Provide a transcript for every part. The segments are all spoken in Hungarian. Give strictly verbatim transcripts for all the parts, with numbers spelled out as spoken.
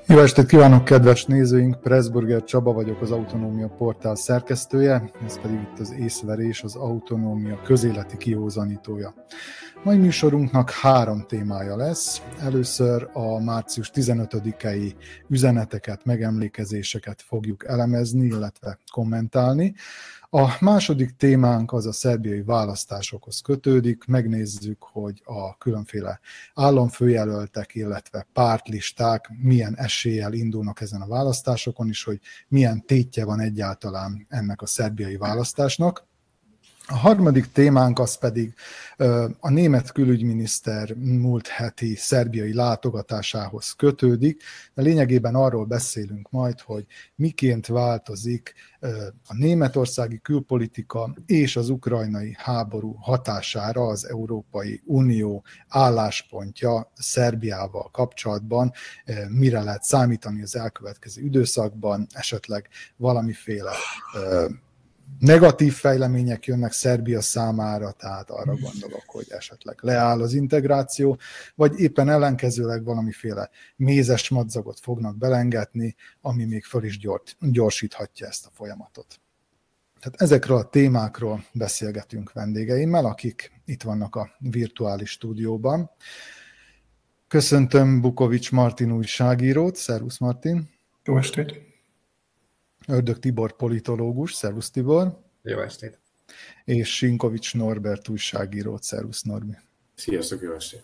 Jó estét kívánok, kedves nézőink! Pressburger Csaba vagyok, az Autonómia Portál szerkesztője, ez pedig itt az Észverés, az Autonómia közéleti kiózanítója. Mai műsorunknak három témája lesz. Először a március tizenötödikei üzeneteket, megemlékezéseket fogjuk elemezni, illetve kommentálni. A második témánk az a szerbiai választásokhoz kötődik. Megnézzük, hogy a különféle államfőjelöltek, illetve pártlisták milyen eséllyel indulnak ezen a választásokon, és hogy milyen tétje van egyáltalán ennek a szerbiai választásnak. A harmadik témánk az pedig a német külügyminiszter múlt heti szerbiai látogatásához kötődik, de lényegében arról beszélünk majd, hogy miként változik a németországi külpolitika és az ukrajnai háború hatására az Európai Unió álláspontja Szerbiával kapcsolatban, mire lehet számítani az elkövetkező időszakban, esetleg valamiféle negatív fejlemények jönnek Szerbia számára, tehát arra gondolok, hogy esetleg leáll az integráció, vagy éppen ellenkezőleg valamiféle mézes madzagot fognak belengetni, ami még föl is gyorsíthatja ezt a folyamatot. Tehát ezekről a témákról beszélgetünk vendégeimmel, akik itt vannak a virtuális stúdióban. Köszöntöm Bukovics Martin újságírót. Szervusz Martin! Jó estét! Ördög Tibor politológus, szervusz Tibor. Jó estét. És Sinkovics Norbert újságírót, szervusz Norbi. Sziasztok, jó estét.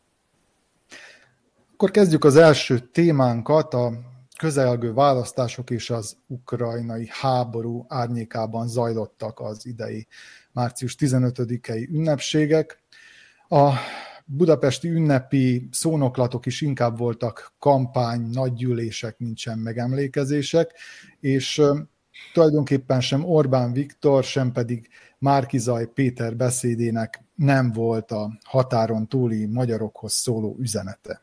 Akkor kezdjük az első témánkat, a közelgő választások és az ukrajnai háború árnyékában zajlottak az idei március tizenötödikei ünnepségek. A budapesti ünnepi szónoklatok is inkább voltak kampány, nagygyűlések, mint sem megemlékezések, és tulajdonképpen sem Orbán Viktor, sem pedig Márki-Zay Péter beszédének nem volt a határon túli magyarokhoz szóló üzenete.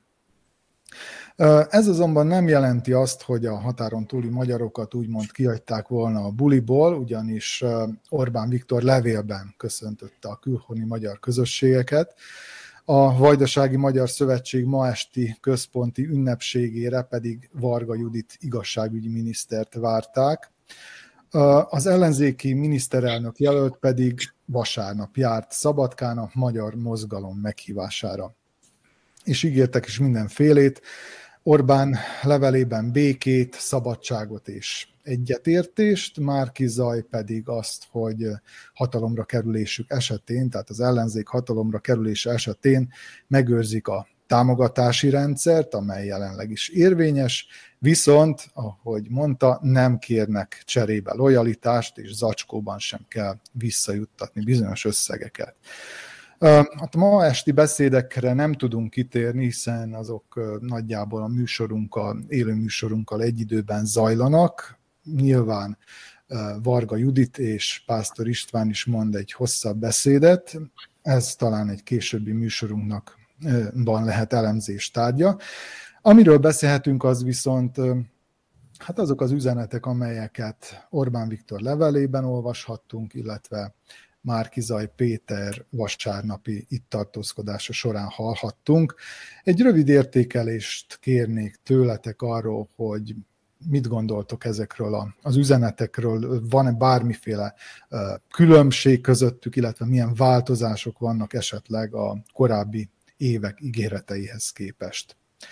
Ez azonban nem jelenti azt, hogy a határon túli magyarokat úgymond kihagyták volna a buliból, ugyanis Orbán Viktor levélben köszöntötte a külhoni magyar közösségeket. A Vajdasági Magyar Szövetség ma esti központi ünnepségére pedig Varga Judit igazságügyi minisztert várták. Az ellenzéki miniszterelnök jelölt pedig vasárnap járt Szabadkán a magyar mozgalom meghívására. És ígértek is mindenfélét. Orbán levelében békét, szabadságot és egyetértést, Márki-Zay pedig azt, hogy hatalomra kerülésük esetén, tehát az ellenzék hatalomra kerülése esetén megőrzik a támogatási rendszert, amely jelenleg is érvényes, viszont, ahogy mondta, nem kérnek cserébe lojalitást, és zacskóban sem kell visszajuttatni bizonyos összegeket. Hát ma esti beszédekre nem tudunk kitérni, hiszen azok nagyjából a műsorunkkal, élő műsorunkkal egy időben zajlanak. Nyilván Varga Judit és Pásztor István is mond egy hosszabb beszédet, ez talán egy későbbi műsorunknak van lehet elemzés tárgya. Amiről beszélhetünk, az viszont hát azok az üzenetek, amelyeket Orbán Viktor levelében olvashattunk, illetve Márki-Zay Péter vasárnapi itt tartózkodása során hallhattunk. Egy rövid értékelést kérnék tőletek arról, hogy mit gondoltok ezekről az üzenetekről, van-e bármiféle különbség közöttük, illetve milyen változások vannak esetleg a korábbi évek ígéreteihez képest.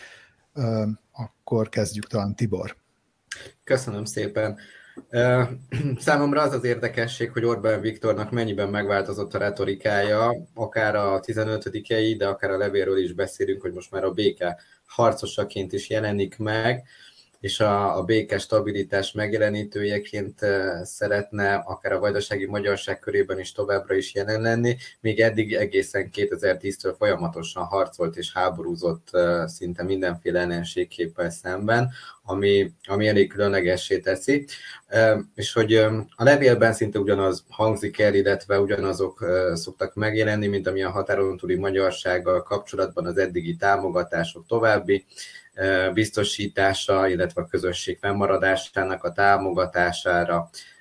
Akkor kezdjük talán Tibor. Köszönöm szépen. Számomra az az érdekesség, hogy Orbán Viktornak mennyiben megváltozott a retorikája, akár a tizenötödikei, de akár a levélről is beszélünk, hogy most már a béke harcosaként is jelenik meg, és a, a béke stabilitás megjelenítőjeként szeretne akár a vajdasági magyarság körében is továbbra is jelen lenni, még eddig egészen kétezer-tíztől folyamatosan harcolt és háborúzott szinte mindenféle ellenségképpel szemben, ami, ami elég különlegessé teszi. És hogy a levélben szinte ugyanaz hangzik el, illetve ugyanazok szoktak megjelenni, mint ami a határon túli magyarsággal kapcsolatban az eddigi támogatások további biztosítása, illetve a közösség fennmaradásának a támogatására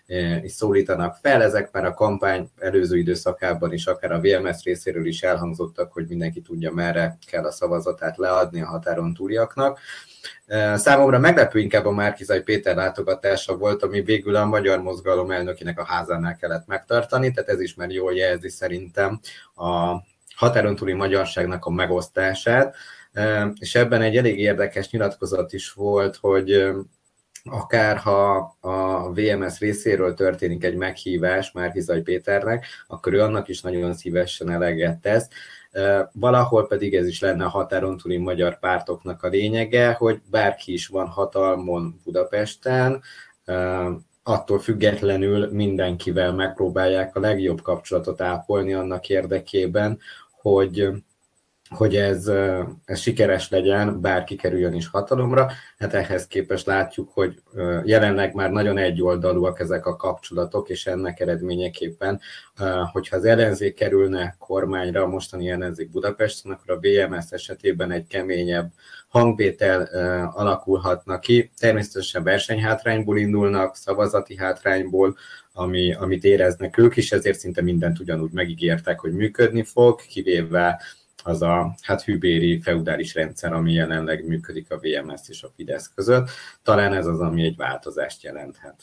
is szólítanak fel. Ezek már a kampány előző időszakában is, akár a vé em es részéről is elhangzottak, hogy mindenki tudja, merre kell a szavazatát leadni a határon túliaknak. Számomra meglepő inkább a Márki-Zay Péter látogatása volt, ami végül a Magyar Mozgalom elnökének a házánál kellett megtartani, tehát ez is már jól jelzi szerintem a határon túli magyarságnak a megosztását, és ebben egy elég érdekes nyilatkozat is volt, hogy akár ha a vé em es részéről történik egy meghívás Márki-Zay Péternek, akkor ő annak is nagyon szívesen eleget tesz. Valahol pedig ez is lenne a határon túli magyar pártoknak a lényege, hogy bárki is van hatalmon Budapesten, attól függetlenül mindenkivel megpróbálják a legjobb kapcsolatot ápolni annak érdekében, hogy, hogy ez, ez sikeres legyen, bárki kerüljön is hatalomra. Hát ehhez képest látjuk, hogy jelenleg már nagyon egyoldalúak ezek a kapcsolatok, és ennek eredményeképpen, hogyha az ellenzék kerülne kormányra, a mostani ellenzék Budapesten, akkor a vé em es esetében egy keményebb hangvétel alakulhatna ki. Természetesen versenyhátrányból indulnak, szavazati hátrányból, ami, amit éreznek ők is, ezért szinte mindent ugyanúgy megígértek, hogy működni fog, kivéve az a hát hűbéri feudális rendszer, ami jelenleg működik a vé em es és a Fidesz között. Talán ez az, ami egy változást jelenthet.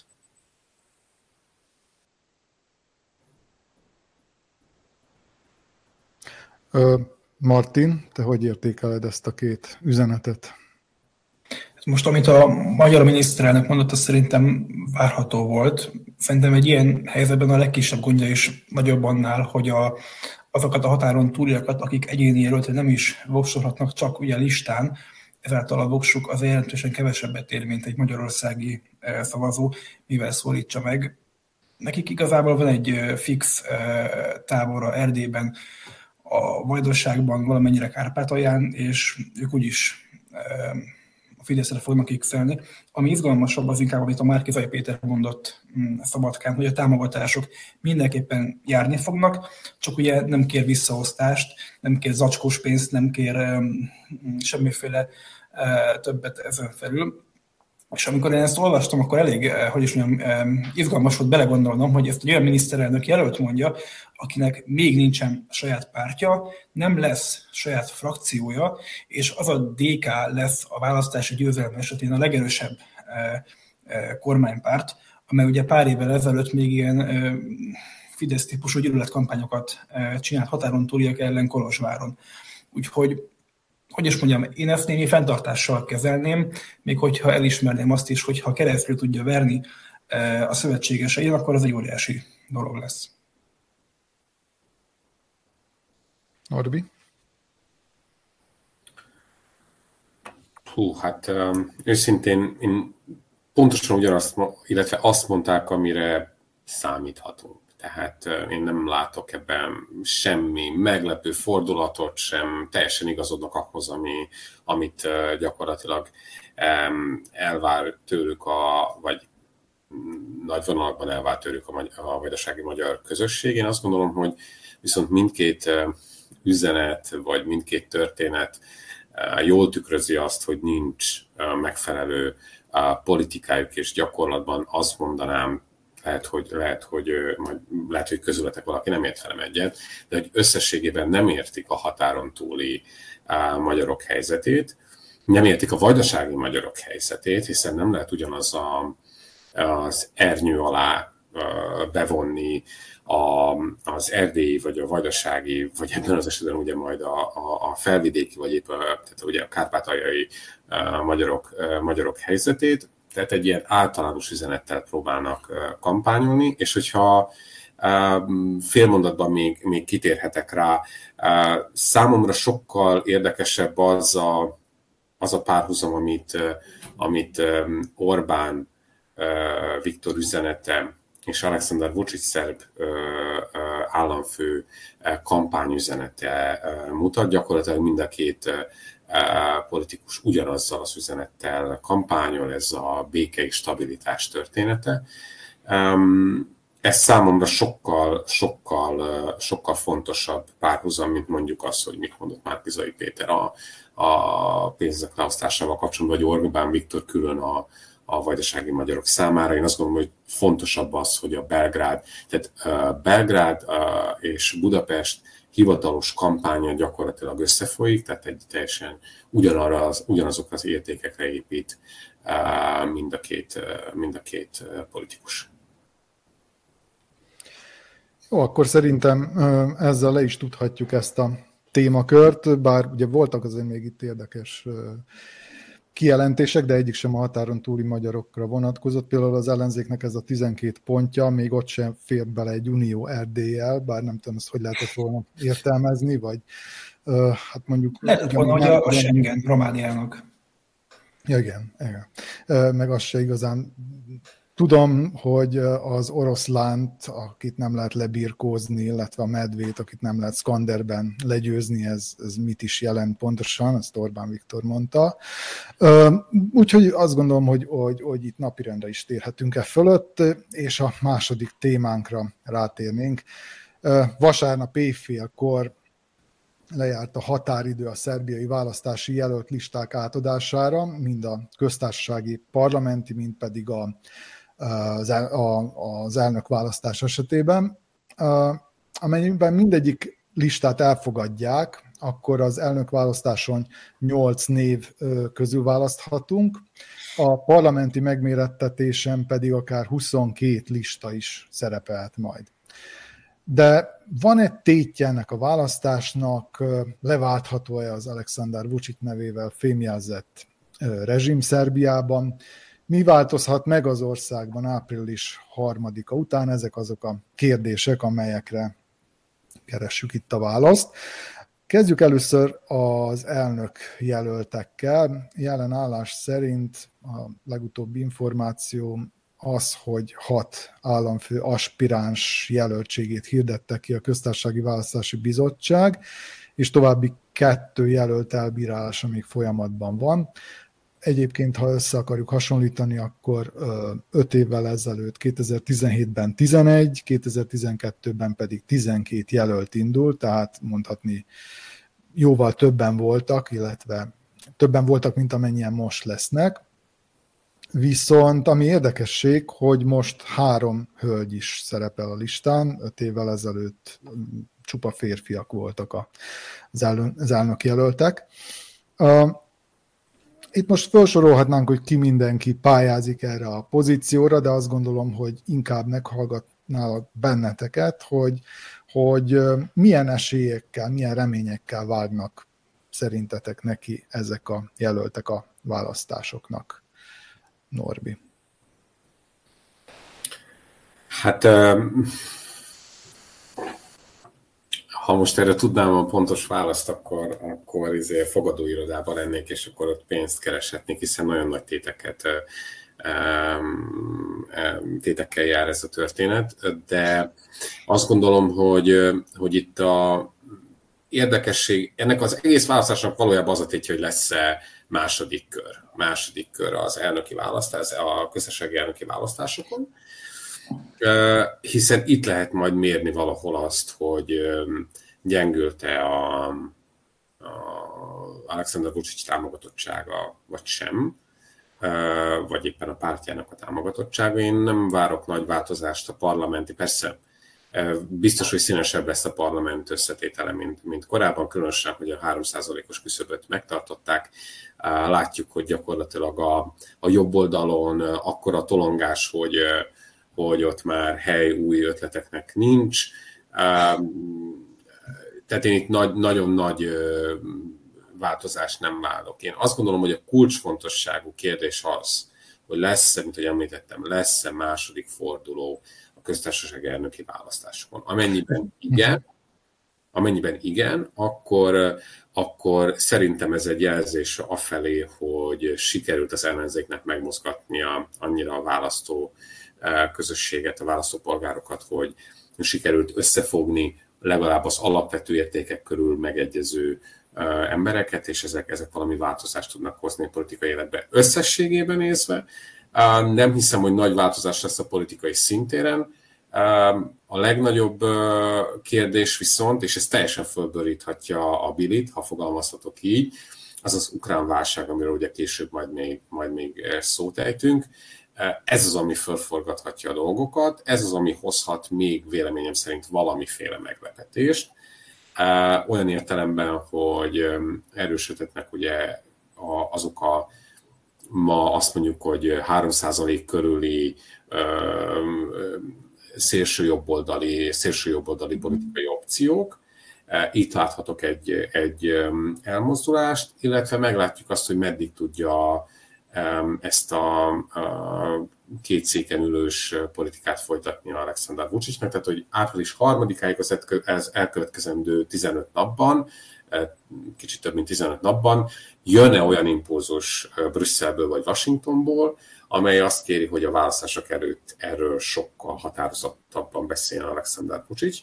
Martin, te hogy értékeled ezt a két üzenetet? Most, amit a magyar miniszterelnök mondott, az szerintem várható volt. Szerintem egy ilyen helyzetben a legkisebb gondja is nagyobb annál, hogy a, azokat a határon túliakat, akik egyéni jelöltre nem is voksolhatnak, csak ugye listán, ezáltal a voksuk az jelentősen kevesebbet ér, mint egy magyarországi szavazó, mivel szólítsa meg. Nekik igazából van egy fix tábora Erdélyben, a Vajdaságban, valamennyire Kárpátalján, és ők úgyis a Fideszre fognak x-elni. Ami izgalmasabb az inkább, amit a Márki-Zay Péter mondott Szabadkán, hogy a támogatások mindenképpen járni fognak, csak ugye nem kér visszaosztást, nem kér zacskós pénzt, nem kér um, semmiféle uh, többet ezen felül. És amikor én ezt olvastam, akkor elég, hogy is mondjam, izgalmas volt belegondolnom, hogy ezt egy olyan miniszterelnök jelölt mondja, akinek még nincsen saját pártja, nem lesz saját frakciója, és az a dé ká lesz a választási győzelem esetén a legerősebb kormánypárt, amely ugye pár évvel ezelőtt még ilyen Fidesz típusú gyűlöletkampányokat csinált határon túliak ellen Kolozsváron. Úgyhogy hogy is mondjam, én ezt némi fenntartással kezelném, még hogyha elismerném azt is, hogy ha keresztül tudja verni a szövetségesein, akkor az egy óriási dolog lesz. Norbi? Hú, hát um, őszintén én pontosan ugyanazt, illetve azt mondták, amire számíthatunk. Tehát én nem látok ebben semmi meglepő fordulatot, sem teljesen igazodnak ahhoz, ami, amit gyakorlatilag elvár tőlük, a, vagy nagy vonalakban elvár tőlük a, a vajdasági magyar közösség. Én azt gondolom, hogy viszont mindkét üzenet, vagy mindkét történet jól tükrözi azt, hogy nincs megfelelő politikájuk, és gyakorlatban azt mondanám, Lehet hogy, lehet, hogy, lehet, hogy közületek valaki nem ért velem egyet, de hogy összességében nem értik a határon túli uh, magyarok helyzetét, nem értik a vajdasági magyarok helyzetét, hiszen nem lehet ugyanaz a, az ernyő alá uh, bevonni a, az erdélyi, vagy a vajdasági, vagy ebben az esetben ugye majd a, a, a felvidéki, vagy épp a, tehát ugye a kárpátaljai uh, magyarok, uh, magyarok helyzetét. Tehát egy ilyen általános üzenettel próbálnak kampányolni, és hogyha fél mondatban még, még kitérhetek rá, számomra sokkal érdekesebb az a, az a párhuzam, amit, amit Orbán Viktor üzenete és Alexander Vučić szerb államfő kampányüzenete mutat. Gyakorlatilag mind a két politikus ugyanazzal az üzenettel kampányol, ez a béke és stabilitás története. Ez számomra sokkal, sokkal, sokkal fontosabb párhuzam, mint mondjuk az, hogy mit mondott Márki-Zay Péter a, a pénzek leosztásával kapcsolatban, vagy Orbán Viktor külön a, a vajdasági magyarok számára. Én azt gondolom, hogy fontosabb az, hogy a Belgrád, tehát uh, Belgrád uh, és Budapest hivatalos kampánya gyakorlatilag összefolyik, tehát egy teljesen ugyanarra az, ugyanazokra az értékekre épít uh, mind a két, uh, mind a két uh, politikus. Jó, akkor szerintem ezzel le is tudhatjuk ezt a témakört, bár ugye voltak azért még itt érdekes kijelentések, de egyik sem a határon túli magyarokra vonatkozott. Például az ellenzéknek ez a tizenkét pontja, még ott sem fér bele egy Unió Erdéllyel, bár nem tudom, ezt hogy lehetett volna értelmezni, vagy hát mondjuk... Lehetett volna, hogy a, a Schengen Romániának. Igen, igen. Meg az se igazán... Tudom, hogy az oroszlánt, akit nem lehet lebirkózni, illetve a medvét, akit nem lehet Skanderben legyőzni, ez, ez mit is jelent pontosan, ezt Orbán Viktor mondta. Úgyhogy azt gondolom, hogy, hogy, hogy itt napirendre is térhetünk e fölött, és a második témánkra rátérnénk. Vasárnap éjfélkor lejárt a határidő a szerbiai választási jelölt listák átadására, mind a köztársasági parlamenti, mind pedig a Az, el, a, az elnök választás esetében. Amennyiben mindegyik listát elfogadják, akkor az elnök választáson nyolc név közül választhatunk, a parlamenti megmérettetésen pedig akár huszonkét lista is szerepelhet majd. De van egy tétje ennek a választásnak, leváltható-e az Aleksandar Vučić nevével fémjelzett rezsim Szerbiában, mi változhat meg az országban április harmadika után? Ezek azok a kérdések, amelyekre keressük itt a választ. Kezdjük először az elnök jelöltekkel. Jelen állás szerint a legutóbbi információ az, hogy hat államfő aspiráns jelöltségét hirdette ki a Köztársasági Választási Bizottság, és további kettő jelölt elbírálása még folyamatban van. Egyébként, ha össze akarjuk hasonlítani, akkor öt évvel ezelőtt, kétezer-tizenhétben tizenegy, kétezer-tizenkettőben pedig tizenkét jelölt indult, tehát mondhatni jóval többen voltak, illetve többen voltak, mint amennyien most lesznek. Viszont ami érdekesség, hogy most három hölgy is szerepel a listán, öt évvel ezelőtt csupa férfiak voltak az elnök jelöltek. Itt most felsorolhatnánk, hogy ki mindenki pályázik erre a pozícióra, de azt gondolom, hogy inkább meghallgatnálak benneteket, hogy, hogy milyen esélyekkel, milyen reményekkel vágnak szerintetek neki ezek a jelöltek a választásoknak. Norbi. Hát... Ha most erre tudnám a pontos választ, akkor, akkor izé fogadóirodában lennék, és akkor ott pénzt kereshetnék, hiszen nagyon nagy téteket, tétekkel jár ez a történet. De azt gondolom, hogy, hogy itt a érdekesség, ennek az egész választásnak valójában az a tétje, hogy lesz-e második kör. Második kör az elnöki választás, a köztársasági elnöki választásokon. Hiszen itt lehet majd mérni valahol azt, hogy gyengült-e a, a Aleksandar Vučić támogatottsága, vagy sem, vagy éppen a pártjának a támogatottsága. Én nem várok nagy változást a parlamenti, persze biztos, hogy színesebb lesz a parlament összetétele, mint, mint korábban, különösen, hogy a három százalékos küszöböt megtartották. Látjuk, hogy gyakorlatilag a, a jobb oldalon akkora tolongás, hogy hogy ott már hely új ötleteknek nincs. Tehát én itt nagy, nagyon nagy változást nem várok. Én azt gondolom, hogy a kulcsfontosságú kérdés az, hogy lesz-e, mint hogy említettem, lesz-e második forduló a köztársasági elnöki választásokon. Amennyiben igen, amennyiben igen, akkor, akkor szerintem ez egy jelzés afelé, hogy sikerült az ellenzéknek megmozgatnia annyira a választó közösséget, a választópolgárokat, hogy sikerült összefogni legalább az alapvető értékek körül megegyező embereket, és ezek, ezek valami változást tudnak hozni a politikai életbe. Összességében nézve nem hiszem, hogy nagy változás lesz a politikai szintéren. A legnagyobb kérdés viszont, és ez teljesen fölboríthatja a bilit, ha fogalmazhatok így, az az ukrán válság, amiről ugye később majd még, majd még szót ejtünk. Ez az, ami fölforgathatja a dolgokat, ez az, ami hozhat még véleményem szerint valamiféle meglepetést. Olyan értelemben, hogy erősödhetnek ugye azok a, ma azt mondjuk, hogy három százalék körüli szélsőjobboldali, szélsőjobboldali politikai opciók. Itt láthatok egy, egy elmozdulást, illetve meglátjuk azt, hogy meddig tudja ezt a, a két széken ülős politikát folytatni Alexander Vučićnak, tehát hogy április harmadikáig az elkövetkezendő tizenöt napban, kicsit több mint tizenöt napban jön-e olyan impulzus Brüsszelből vagy Washingtonból, amely azt kéri, hogy a választások előtt erről sokkal határozottabban beszéljen Alexander Vučić.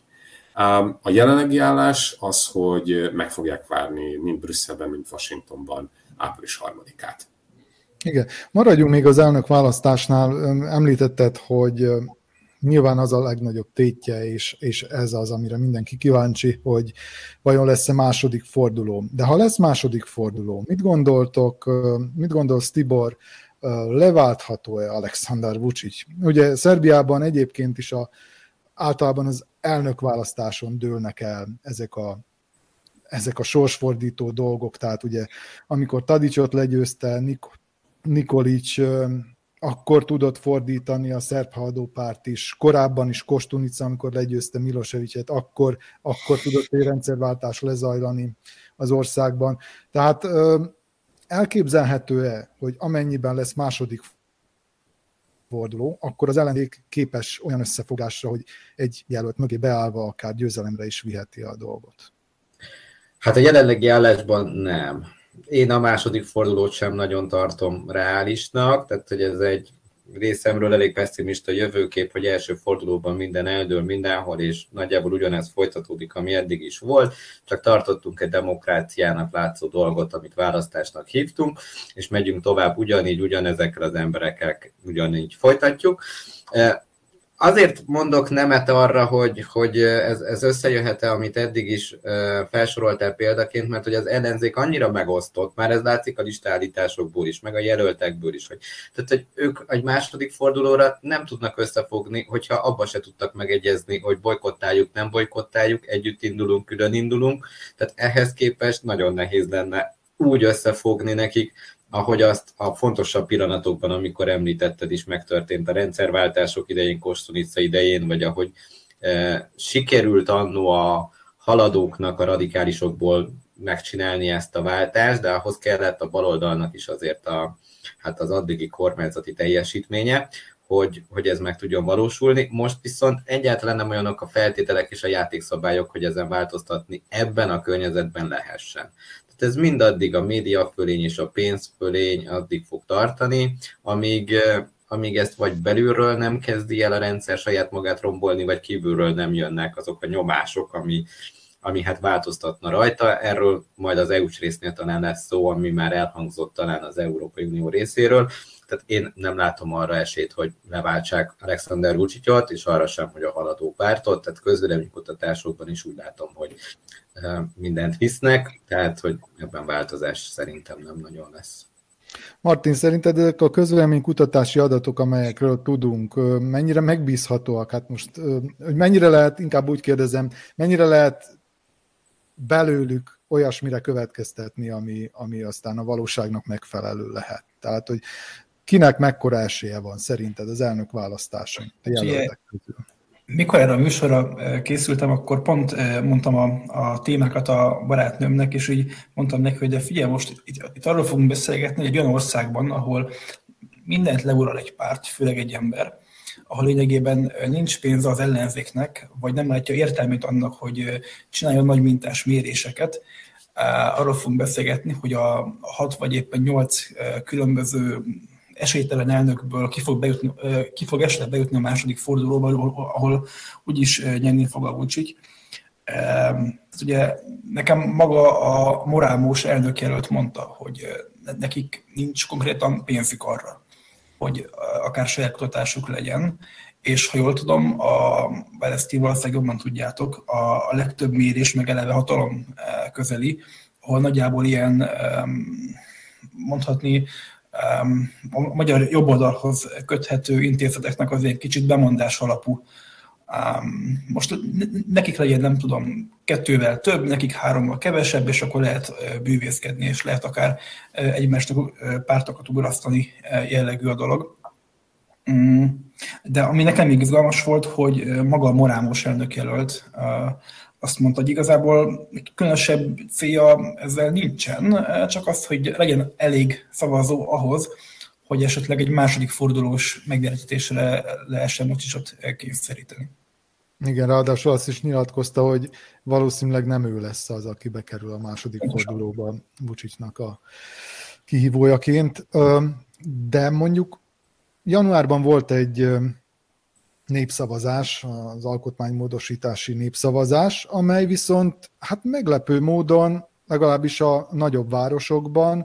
A jelenlegi állás az, hogy meg fogják várni mind Brüsszelben, mind Washingtonban április harmadikát. Igen. Maradjunk még az elnök választásnál. Említetted, hogy nyilván az a legnagyobb tétje, és, és ez az, amire mindenki kíváncsi, hogy vajon lesz-e második forduló. De ha lesz második forduló, mit gondoltok, mit gondolsz, Tibor, leváltható-e Alexander Vučić? Ugye Szerbiában egyébként is a, általában az elnökválasztáson dőlnek el ezek a ezek a sorsfordító dolgok, tehát ugye amikor Tadićot legyőzte Nik- Nikolić, akkor tudott fordítani a szerb haladópárt is, korábban is Koštunica, amikor legyőzte Miloševićet, akkor, akkor tudott egy rendszerváltás lezajlani az országban. Tehát elképzelhető-e, hogy amennyiben lesz második forduló, akkor az ellenzék képes olyan összefogásra, hogy egy jelölt mögé beállva akár győzelemre is viheti a dolgot? Hát a jelenlegi állásban nem. Én a második fordulót sem nagyon tartom reálisnak, tehát hogy ez egy részemről elég pessimista jövőkép, hogy első fordulóban minden eldől mindenhol, és nagyjából ugyanez folytatódik, ami eddig is volt, csak tartottunk egy demokráciának látszó dolgot, amit választásnak hívtunk, és megyünk tovább ugyanígy, ugyanezekkel az emberekkel ugyanígy folytatjuk. Azért mondok nemet arra, hogy, hogy ez, ez összejöhet-e, amit eddig is felsoroltál példaként, mert hogy az ellenzék annyira megosztott, már ez látszik a listállításokból is, meg a jelöltekből is, hogy, tehát, hogy ők egy második fordulóra nem tudnak összefogni, hogyha abba se tudtak megegyezni, hogy bojkottáljuk, nem bojkottáljuk, együtt indulunk, külön indulunk, tehát ehhez képest nagyon nehéz lenne úgy összefogni nekik, ahogy azt a fontosabb pillanatokban, amikor említetted is, megtörtént a rendszerváltások idején, Koštunica idején, vagy ahogy e, sikerült annó a haladóknak, a radikálisokból megcsinálni ezt a váltást, de ahhoz kellett a baloldalnak is azért a, hát az addigi kormányzati teljesítménye, hogy, hogy ez meg tudjon valósulni. Most viszont egyáltalán nem olyanok a feltételek és a játékszabályok, hogy ezen változtatni ebben a környezetben lehessen. Ez mindaddig a médiafölény és a pénzfölény addig fog tartani, amíg, amíg ezt vagy belülről nem kezdi el a rendszer saját magát rombolni, vagy kívülről nem jönnek azok a nyomások, ami, ami hát változtatna rajta. Erről majd az é u-s résznél talán lesz szó, ami már elhangzott talán az Európai Unió részéről. Tehát én nem látom arra esélyt, hogy leváltsák Alexander Vučićot, és arra sem, hogy a haladó pártot, tehát közvéleménykutatásokban is úgy látom, hogy mindent visznek, tehát hogy ebben változás szerintem nem nagyon lesz. Martin, szerinted ezek a közvéleménykutatási adatok, amelyekről tudunk, mennyire megbízhatóak? Hát most, hogy mennyire lehet, inkább úgy kérdezem, mennyire lehet belőlük olyasmire következtetni, ami, ami aztán a valóságnak megfelelő lehet? Tehát, hogy kinek mekkora esélye van szerinted az elnök választáson a jelöltek közül? Mikor erre a műsorra készültem, akkor pont mondtam a, a témákat a barátnőmnek, és úgy mondtam neki, hogy de figyelj, most itt, itt arról fogunk beszélgetni, hogy egy olyan országban, ahol mindent leural egy párt, főleg egy ember, ahol lényegében nincs pénze az ellenzéknek, vagy nem látja értelmét annak, hogy csináljon nagy mintás méréseket. Arról fogunk beszélgetni, hogy a hat vagy éppen nyolc különböző esélytelen elnökből ki fog, bejutni, ki fog esetleg bejutni a második fordulóba, ahol úgyis nyerni fog a Vučić. Ugye nekem maga a Morálmos elnökjelölt mondta, hogy nekik nincs konkrétan pénzük arra, hogy akár saját kutatásuk legyen, és ha jól tudom, a, ezt ti valószínűleg jobban tudjátok, a, a legtöbb mérés meg eleve hatalom közeli, ahol nagyjából ilyen, mondhatni, a magyar jobboldalhoz köthető intézeteknek az egy kicsit bemondás alapú. Most nekik legyen, nem tudom, kettővel több, nekik hárommal kevesebb, és akkor lehet bűvészkedni, és lehet akár egymásnak pártokat ugrasztani jellegű a dolog. De ami nekem még izgalmas volt, hogy maga a Morámos elnökjelölt azt mondta, hogy igazából különösebb célja ezzel nincsen, csak az, hogy legyen elég szavazó ahhoz, hogy esetleg egy második fordulós megjelenítésre lehessen Vučićot kényszeríteni. Igen, ráadásul azt is nyilatkozta, hogy valószínűleg nem ő lesz az, aki bekerül a második fordulóba Vučićnak a kihívójaként. De mondjuk januárban volt egy népszavazás, az alkotmánymódosítási népszavazás, amely viszont hát meglepő módon, legalábbis a nagyobb városokban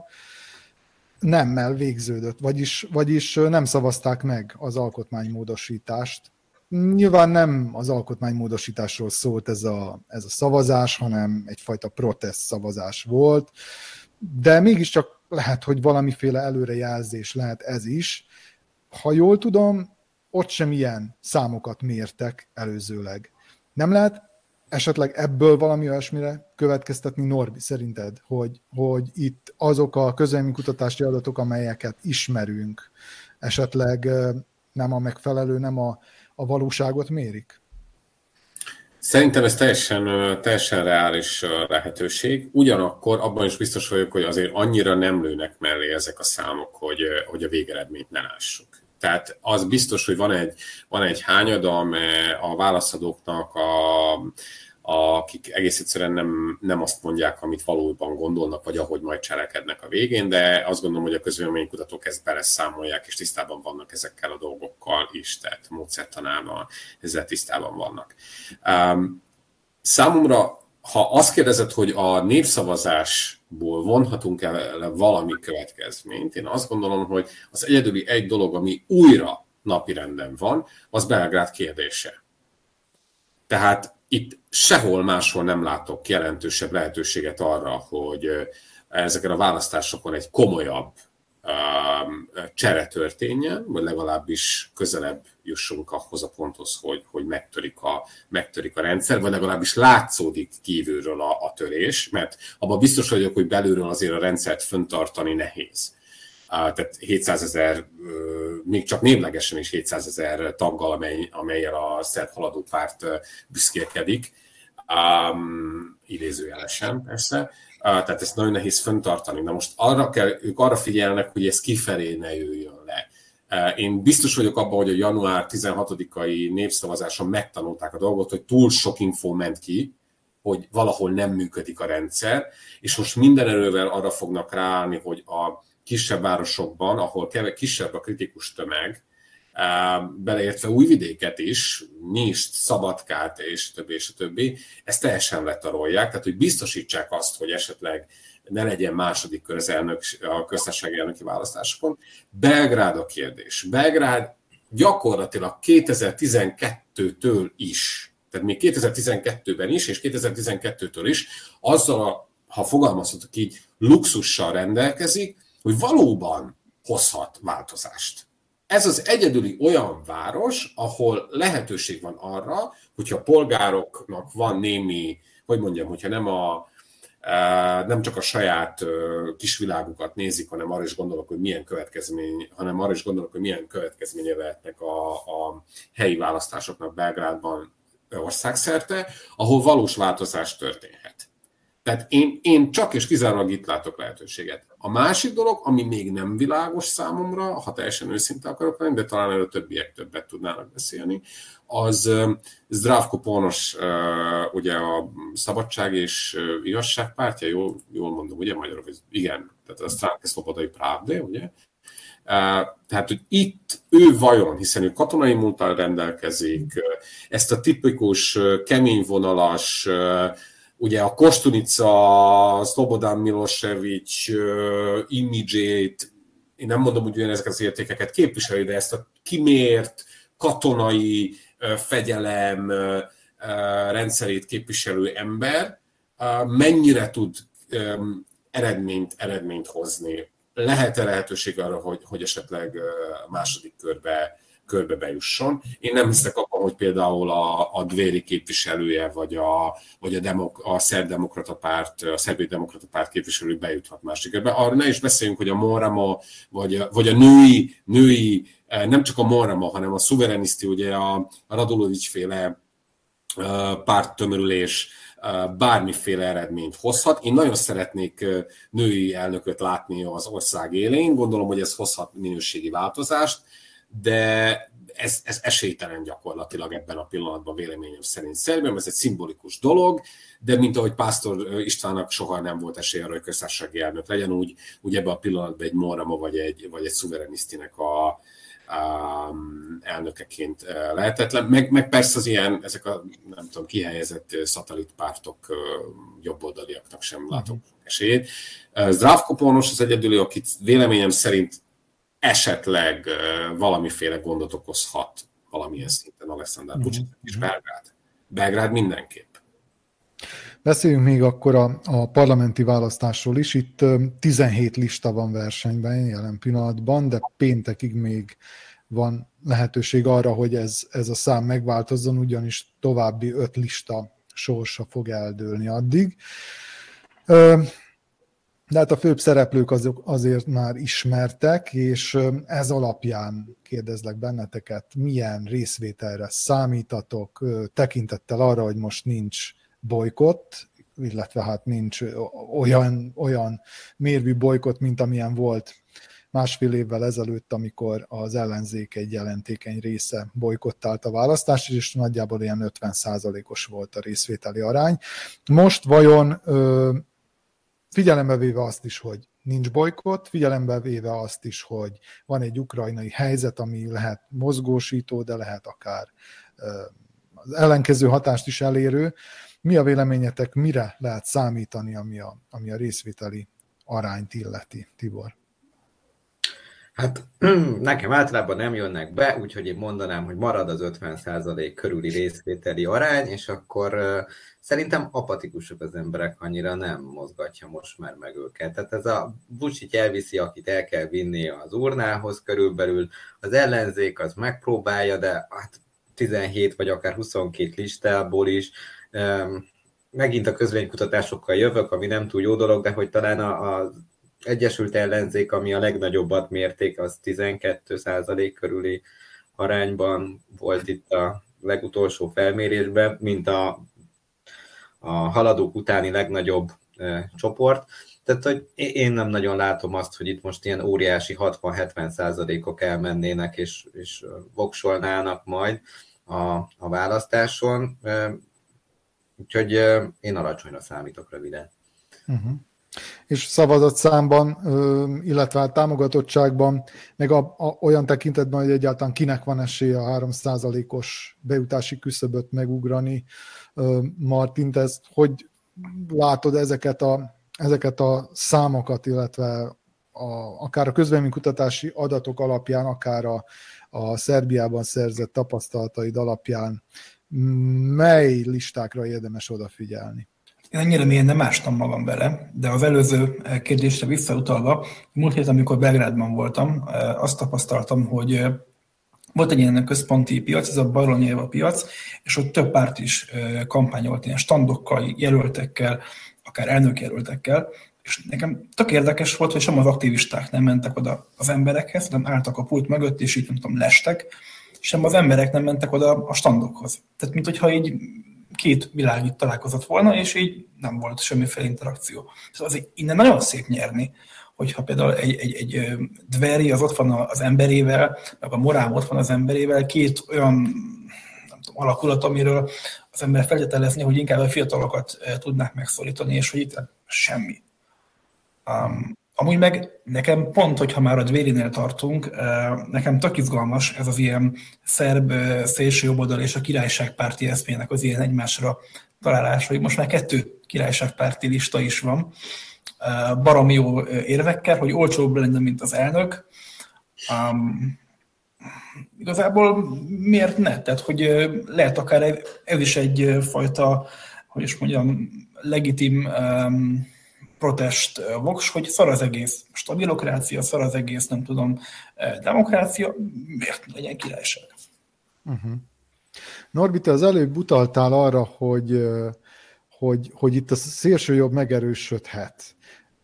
nemmel végződött, vagyis, vagyis nem szavazták meg az alkotmánymódosítást. Nyilván nem az alkotmánymódosításról szólt ez a, ez a szavazás, hanem egyfajta protest szavazás volt, de mégiscsak lehet, hogy valamiféle előrejelzés lehet ez is. Ha jól tudom, ott sem ilyen számokat mértek előzőleg. Nem lehet esetleg ebből valami olyasmire következtetni, Norbi, szerinted, hogy, hogy itt azok a közvéleménykutatási adatok, amelyeket ismerünk, esetleg nem a megfelelő, nem a, a valóságot mérik? Szerintem ez teljesen, teljesen reális lehetőség. Ugyanakkor abban is biztos vagyok, hogy azért annyira nem lőnek mellé ezek a számok, hogy, hogy a végeredményt ne lássuk. Tehát az biztos, hogy van egy, van egy hányada, amely a válaszadóknak, a, a, akik egész egyszerűen nem, nem azt mondják, amit valóban gondolnak, vagy ahogy majd cselekednek a végén, de azt gondolom, hogy a közvéleménykutatók ezt beleszámolják, és tisztában vannak ezekkel a dolgokkal is, tehát módszertanában ezzel tisztában vannak. Um, számomra, ha azt kérdezed, hogy a népszavazásból vonhatunk el valami következményt, én azt gondolom, hogy az egyedüli egy dolog, ami újra napirenden van, az Belgrád kérdése. Tehát itt sehol máshol nem látok jelentősebb lehetőséget arra, hogy ezeken a választásokon egy komolyabb csere történjen, vagy legalábbis közelebb jussunk ahhoz a ponthoz, hogy, hogy megtörik, a, megtörik a rendszer, vagy legalábbis látszódik kívülről a, a törés, mert abban biztos vagyok, hogy belülről azért a rendszert fenntartani nehéz. Tehát hétszázezer, még csak névlegesen is hétszázezer taggal, amely, amellyel a szerb haladó párt büszkélkedik, um, idézőjelesen persze. Tehát ezt nagyon nehéz fenntartani. Na most arra kell, ők arra figyelnek, hogy ez kifelé ne jöjjön le. Én biztos vagyok abban, hogy a január tizenhatodikai népszavazáson megtanulták a dolgot, hogy túl sok infó ment ki, hogy valahol nem működik a rendszer, és most minden erővel arra fognak ráállni, hogy a kisebb városokban, ahol kisebb a kritikus tömeg, beleértve Újvidéket is, Nyírt, Szabadkát és többi, és többi, ezt teljesen letarolják, tehát hogy biztosítsák azt, hogy esetleg ne legyen második kör az elnök, a köztársasági elnöki választásokon. Belgrád a kérdés. Belgrád gyakorlatilag kétezer-tizenkettőtől is, tehát még kétezer-tizenkettőben is, és kétezer-tizenkettőtől is, azzal, a, ha fogalmazhatok így, luxussal rendelkezik, hogy valóban hozhat változást. Ez az egyedüli olyan város, ahol lehetőség van arra, hogyha a polgároknak van némi, hogy mondjam, hogyha nem, a, nem csak a saját kisvilágukat nézik, hanem arra is gondolok, hogy milyen következmény, hanem arra is gondolok, hogy milyen következménye lehetnek a, a helyi választásoknak Belgrádban országszerte, ahol valós változás történhet. Tehát én, én csak és kizárólag itt látok lehetőséget. A másik dolog, ami még nem világos számomra, ha teljesen őszinte akarok lenni, de talán erről többiek többet tudnának beszélni, az Zdravko Ponoš, ugye a Szabadság és Igazság pártja, jól, jól mondom, ugye magyarul, igen, tehát a Stranke Slobodai Pravde, ugye? Tehát, hogy itt ő vajon, hiszen ő katonai múlttal rendelkezik, ezt a tipikus keményvonalas, ugye a Kostunica, Slobodan Milošević imidzsét, én nem mondom, hogy ugyanezek az értékeket képviseli, de ezt a kimért katonai fegyelem rendszerét képviselő ember mennyire tud um, eredményt, eredményt hozni. Lehet-e lehetőség arra, hogy, hogy esetleg a második körbe, körbe bejusson? Én nem hiszek abban, hogy például a, a Dvéri képviselője, vagy a, vagy a, demok, a Szerb Demokrata Párt, a Szerb Demokrata Párt képviselő bejuthat második körbe. Arra ne is beszéljünk, hogy a Monrama, vagy a, vagy a női, női, nem csak a Monrama, hanem a Szuvereniszti, ugye a, a Radulovics féle párttömörülés bármiféle eredményt hozhat. Én nagyon szeretnék női elnököt látni az ország élén, gondolom, hogy ez hozhat minőségi változást, de ez, ez esélytelen gyakorlatilag ebben a pillanatban véleményem szerint Szerbiában. Ez egy szimbolikus dolog, de mint ahogy Pásztor Istvánnak soha nem volt esély arra, hogy köztársasági elnök legyen, úgy, úgy ebben a pillanatban egy Monrama vagy egy, vagy egy Szuverenisztinek a Um, elnökeként lehetetlen. Meg, meg persze az ilyen, ezek a nem tudom, kihelyezett szatellitpártok uh, jobboldaliaknak sem látok esélyét. Uh, Zdravko Ponos az egyedüli, akit véleményem szerint esetleg uh, valamiféle gondot okozhat valamilyen szinten Aleksandar Vučić és Belgrád. Belgrád mindenképp. Beszéljünk még akkor a, a parlamenti választásról is. Itt tizenhét lista van versenyben jelen pillanatban, de péntekig még van lehetőség arra, hogy ez, ez a szám megváltozzon, ugyanis további öt lista sorsa fog eldőlni addig. De hát a főbb szereplők azok azért már ismertek, és ez alapján kérdezlek benneteket, milyen részvételre számítatok, tekintettel arra, hogy most nincs bolykott, illetve hát nincs olyan, olyan mérvű bolykott, mint amilyen volt másfél évvel ezelőtt, amikor az ellenzék egy jelentékeny része bolykottált a választást, és nagyjából ilyen ötven százalékos volt a részvételi arány. Most vajon figyelembe véve azt is, hogy nincs bolykott, figyelembe véve azt is, hogy van egy ukrajnai helyzet, ami lehet mozgósító, de lehet akár az ellenkező hatást is elérő, mi a véleményetek, mire lehet számítani, ami a, ami a részvételi arányt illeti, Tibor? Hát nekem általában nem jönnek be, úgyhogy én mondanám, hogy marad az ötven százalék körüli részvételi arány, és akkor uh, szerintem apatikusak az emberek, annyira nem mozgatja most már meg őket. Tehát ez a Vučić elviszi, akit el kell vinni az urnához körülbelül, az ellenzék az megpróbálja, de hát tizenhét vagy akár huszonkét listából is. Um, megint a közvénykutatásokkal jövök, ami nem túl jó dolog, de hogy talán az Egyesült Ellenzék, ami a legnagyobbat mérték, az tizenkét százalék körüli arányban volt itt a legutolsó felmérésben, mint a, a haladók utáni legnagyobb e, csoport. Tehát, hogy én nem nagyon látom azt, hogy itt most ilyen óriási hatvan-hetven százalékok elmennének és, és voksolnának majd a, a választáson. E, úgyhogy e, én alacsonyra számítok röviden. Uh-huh. És szavazatszámban, illetve a támogatottságban, meg a, a, olyan tekintetben, hogy egyáltalán kinek van esélye a három százalékos bejutási küszöböt megugrani. Martin, te ezt hogy látod ezeket a, ezeket a számokat, illetve a, akár a közvéleménykutatási adatok alapján, akár a, a Szerbiában szerzett tapasztalataid alapján, mely listákra érdemes odafigyelni? Én ennyire mélyen nem ástam magam bele, de az előző kérdésre visszautalva, múlt héten, amikor Belgrádban voltam, azt tapasztaltam, hogy volt egy ilyen központi piac, ez a Baronyeva piac, és ott több párt is kampányolt ilyen standokkal, jelöltekkel, akár elnökjelöltekkel, és nekem tök érdekes volt, hogy sem az aktivisták nem mentek oda az emberekhez, hanem álltak a pult mögött, és így nem tudom, lestek, sem az emberek nem mentek oda a standokhoz. Tehát, mint hogyha így két világ itt találkozott volna, és így nem volt semmiféle interakció. Szóval azért innen nagyon szép nyerni, hogyha például egy, egy, egy Dveri az ott van az emberével, meg a Morám ott van az emberével, két olyan nem tudom, alakulat, amiről az ember feltételezni, hogy inkább a fiatalokat tudnák megszólítani, és hogy itt semmi. Um, amúgy meg nekem pont, hogyha már a Dvérinél tartunk, nekem tök izgalmas ez az ilyen szerb szélsőjobboldal és a királyságpárti eszmének az ilyen egymásra találás, hogy most már kettő királyságpárti lista is van, baromi jó érvekkel, hogy olcsóbb lenne, mint az elnök. Um, igazából miért ne? Tehát, hogy lehet akár ez is egyfajta, hogy is mondjam, legitim um, protest voks, hogy szar az egész stabilokrácia, szar az egész, nem tudom, demokrácia, miért legyen királyság? Uh-huh. Norbi, te az előbb utaltál arra, hogy, hogy, hogy itt a szélsőjobb megerősödhet.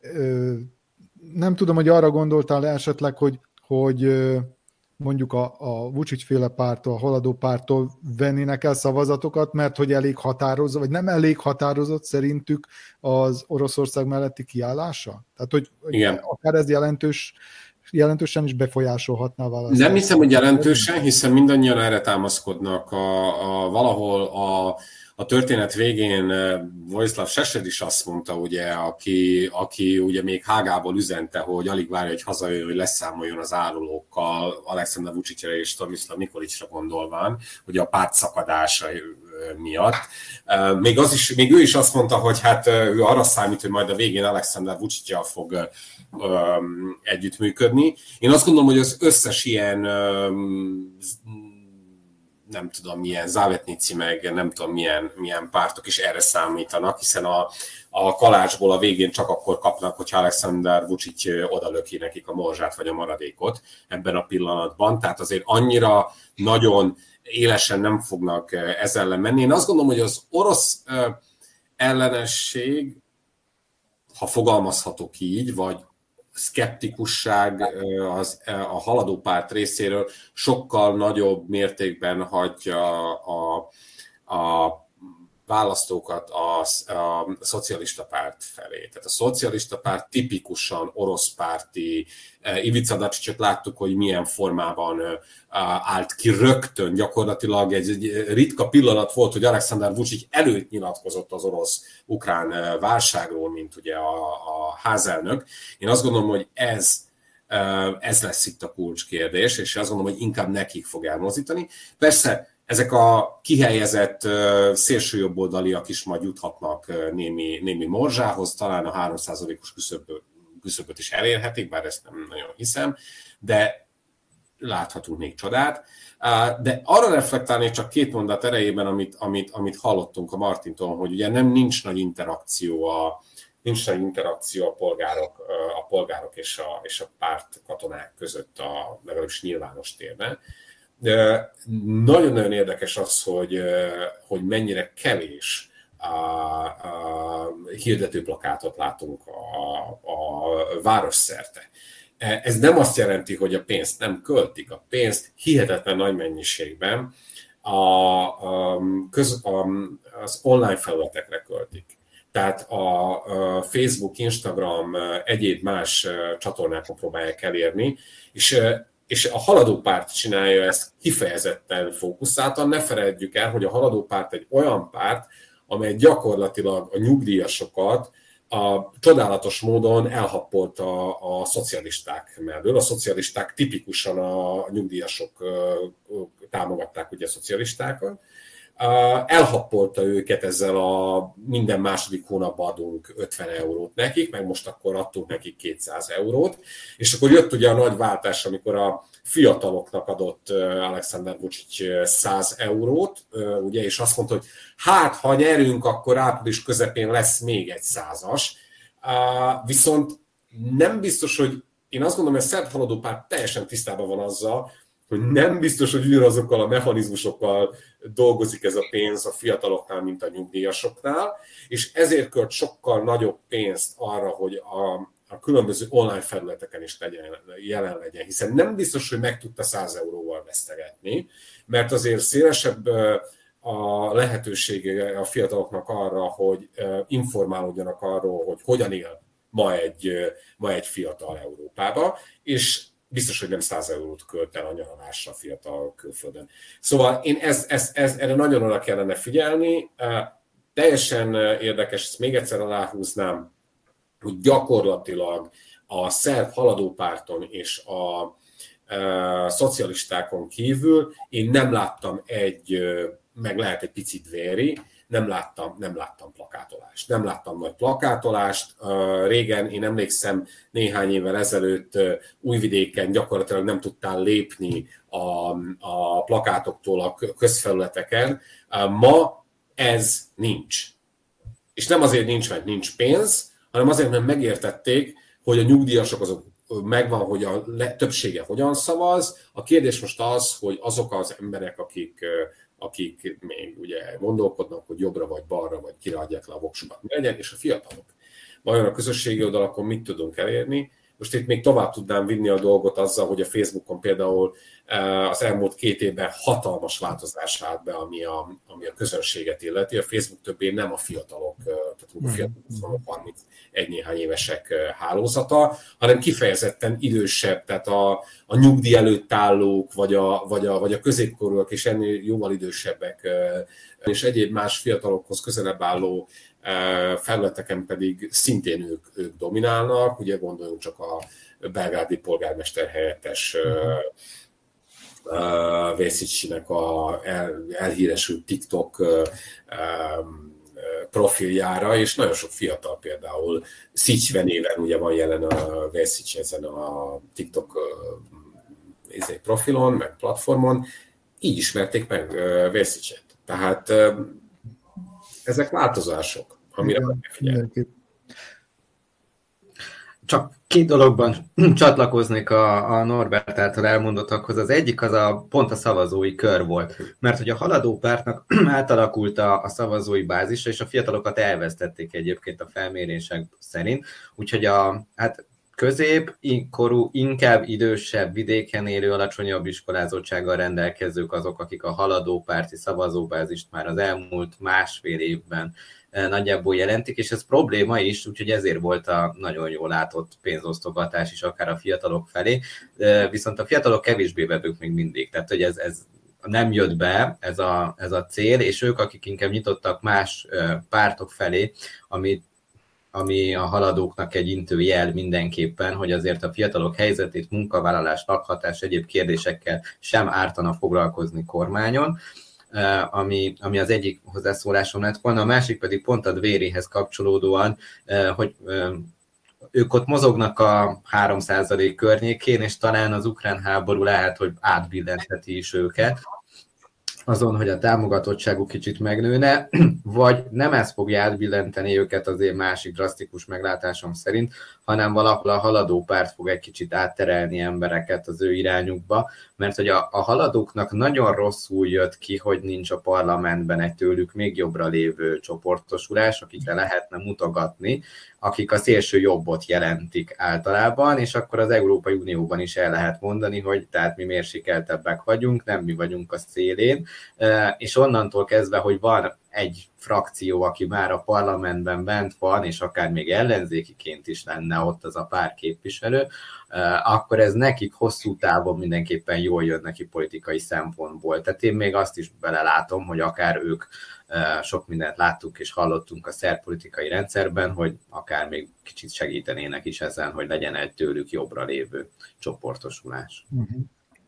Nem tudom, hogy arra gondoltál esetleg, hogy, hogy mondjuk a, a Vučić-féle pártól, a haladó pártól vennének el szavazatokat, mert hogy elég határozott, vagy nem elég határozott szerintük az Oroszország melletti kiállása? Tehát, hogy igen, akár ez jelentős, jelentősen is befolyásolhatná a választást. Nem hiszem, hogy jelentősen, hiszen mindannyian erre támaszkodnak. A, a, valahol a, a történet végén Vojislav Šešelj is azt mondta, ugye, aki, aki ugye még Hágából üzente, hogy alig várja, hogy hazajöjjön, hogy leszámoljon az árulókkal, Alexander Vučićra és Tomislav Nikolićra gondolván, hogy a párt szakadása miatt. Még, az is, még ő is azt mondta, hogy hát ő arra számít, hogy majd a végén Alexander Vučićjal fog um, együttműködni. Én azt gondolom, hogy az összes ilyen um, nem tudom milyen Závetnici, meg nem tudom milyen, milyen pártok is erre számítanak, hiszen a, a kalácsból a végén csak akkor kapnak, hogyha Alexander Vučić odalöki nekik a morzsát vagy a maradékot ebben a pillanatban. Tehát azért annyira nagyon élesen nem fognak ez ellen menni. Én azt gondolom, hogy az orosz ellenesség, ha fogalmazhatok így, vagy szkeptikusság az, a haladó párt részéről sokkal nagyobb mértékben hagyja a, a választókat a, a szocialista párt felé. Tehát a szocialista párt tipikusan orosz párti, Ivica Dačićot láttuk, hogy milyen formában állt ki rögtön, gyakorlatilag egy, egy ritka pillanat volt, hogy Alexander Vučić előtt nyilatkozott az orosz-ukrán válságról, mint ugye a, a házelnök. Én azt gondolom, hogy ez ez lesz itt a kulcskérdés, és azt gondolom, hogy inkább nekik fog elmozdítani. Persze ezek a kihelyezett szélsőjobboldaliak is majd juthatnak némi, némi morzsához, talán a három százalékos küszöböt is elérhetik, bár ezt nem nagyon hiszem, de láthatunk még csodát. De arra reflektálnék csak két mondat erejében, amit, amit, amit hallottunk a Martintól, hogy ugye nem nincs nagy interakció a, nincs nagy interakció a polgárok, a polgárok és a, és a párt katonák között, a, legalábbis nyilvános térben. De nagyon-nagyon érdekes az, hogy, hogy mennyire kevés a, a hirdetőplakátot látunk a, a város szerte. Ez nem azt jelenti, hogy a pénzt nem költik. A pénzt hihetetlen nagy mennyiségben a, a, köz, a, az online felületekre költik. Tehát a Facebook, Instagram, egyéb más csatornákon próbálják elérni, és és a haladó párt csinálja ezt kifejezetten fókuszáltan. Ne felejtjük el, hogy a haladó párt egy olyan párt, amely gyakorlatilag a nyugdíjasokat a csodálatos módon elhappolta a szocialisták mellől. A szocialisták tipikusan a nyugdíjasok támogatták ugye a szocialistákat. Elhappolta őket ezzel a minden második hónapban adunk ötven eurót nekik, meg most akkor adtunk nekik kétszáz eurót, és akkor jött ugye a nagy váltás, amikor a fiataloknak adott Alexander Vučić száz eurót, ugye, és azt mondta, hogy hát, ha nyerünk, akkor április közepén lesz még egy százas. Viszont nem biztos, hogy én azt gondolom, hogy a szerb haladó párt teljesen tisztában van azzal, hogy nem biztos, hogy ugyanazokkal a mechanizmusokkal dolgozik ez a pénz a fiataloknál, mint a nyugdíjasoknál, és ezért költ sokkal nagyobb pénzt arra, hogy a, a különböző online felületeken is legyen, jelen legyen, hiszen nem biztos, hogy meg tudta száz euróval vesztegetni, mert azért szélesebb a lehetősége a fiataloknak arra, hogy informálódjanak arról, hogy hogyan él ma egy, ma egy fiatal Európába, és biztos, hogy nem száz eurót költ el a nyaralásra a fiatal külföldön. Szóval én ez, ez, ez, erre nagyon oda kellene figyelni. Teljesen érdekes, ezt még egyszer aláhúznám, hogy gyakorlatilag a szerb haladó párton és a, a szocialistákon kívül én nem láttam egy, meg lehet egy picit véri, nem láttam, nem láttam plakátolást. Nem láttam nagy plakátolást. Régen, én emlékszem, néhány évvel ezelőtt Újvidéken gyakorlatilag nem tudtál lépni a, a plakátoktól a közfelületeken. Ma ez nincs. És nem azért nincs, mert nincs pénz, hanem azért, mert megértették, hogy a nyugdíjasok azok megvan, hogy a többsége hogyan szavaz. A kérdés most az, hogy azok az emberek, akik, akik még ugye gondolkodnak, hogy jobbra vagy balra, vagy kiradják le a voksukat, megyek, és a fiatalok. Vajon a közösségi oldalakon mit tudunk elérni? Most itt még tovább tudnám vinni a dolgot azzal, hogy a Facebookon például az elmúlt két évben hatalmas változás állt be, ami a, ami a közönséget illeti. A Facebook többé nem a fiatalok, tehát a fiatalok harmincegy néhány évesek hálózata, hanem kifejezetten idősebb, tehát a, a nyugdíj előtt állók, vagy a, vagy a, vagy a középkorúak és ennél jóval idősebbek, és egyéb más fiatalokhoz közelebb álló felületeken pedig szintén ők, ők dominálnak. Ugye gondoljunk csak a belgrádi polgármester helyettes uh, Vésicsinek a el, elhíresült TikTok uh, profiljára, és nagyon sok fiatal például Szicsve néven ugye van jelen a Vészics ezen a TikTok uh, profilon, meg platformon, így ismerték meg uh, Vészicset. Tehát uh, ezek változások, amire megfigyelni. Csak két dologban csatlakoznék a, a Norbert által elmondottakhoz. Az egyik az a pont a szavazói kör volt. Mert hogy a haladó pártnak átalakult a, a szavazói bázisa, és a fiatalokat elvesztették egyébként a felmérések szerint. Úgyhogy a hát középkorú, inkább idősebb, vidéken élő, alacsonyabb iskolázottsággal rendelkezők azok, akik a haladó párti szavazóbázist már az elmúlt másfél évben nagyjából jelentik, és ez probléma is, úgyhogy ezért volt a nagyon jól látott pénzosztogatás is akár a fiatalok felé, viszont a fiatalok kevésbé vevők még mindig, tehát hogy ez, ez nem jött be ez a, ez a cél, és ők, akik inkább nyitottak más pártok felé, amit ami a haladóknak egy intő jel mindenképpen, hogy azért a fiatalok helyzetét, munkavállalás, lakhatás, egyéb kérdésekkel sem ártana foglalkozni kormányon, ami, ami az egyik hozzászólásom lett volna, a másik pedig pont a Dvéréhez kapcsolódóan, hogy ők ott mozognak a három százalék környékén, és talán az ukrán háború lehet, hogy átbillentheti is őket azon, hogy a támogatottságuk kicsit megnőne, vagy nem ez fogja átbillenteni őket az én másik drasztikus meglátásom szerint, hanem valahol a haladó párt fog egy kicsit átterelni embereket az ő irányukba, mert hogy a, a haladóknak nagyon rosszul jött ki, hogy nincs a parlamentben egy tőlük még jobbra lévő csoportosulás, akikre lehetne mutogatni, akik a szélső jobbot jelentik általában, és akkor az Európai Unióban is el lehet mondani, hogy tehát mi mérsékeltebbek vagyunk, nem mi vagyunk a szélén, és onnantól kezdve, hogy van egy frakció, aki már a parlamentben bent van, és akár még ellenzékiként is lenne ott az a pár képviselő, akkor ez nekik hosszú távon mindenképpen jól jön neki politikai szempontból. Tehát én még azt is belelátom, hogy akár ők sok mindent láttuk és hallottunk a szerb politikai rendszerben, hogy akár még kicsit segítenének is ezen, hogy legyen egy tőlük jobbra lévő csoportosulás. Uh-huh.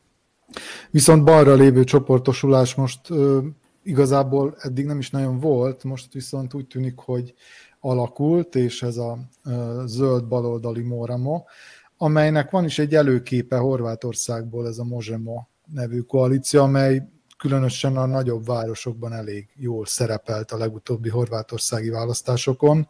Viszont balra lévő csoportosulás most ö, igazából eddig nem is nagyon volt, most viszont úgy tűnik, hogy alakult, és ez a ö, zöld baloldali Moramo, amelynek van is egy előképe Horvátországból, ez a Možemo nevű koalíció, amely különösen a nagyobb városokban elég jól szerepelt a legutóbbi horvátországi választásokon.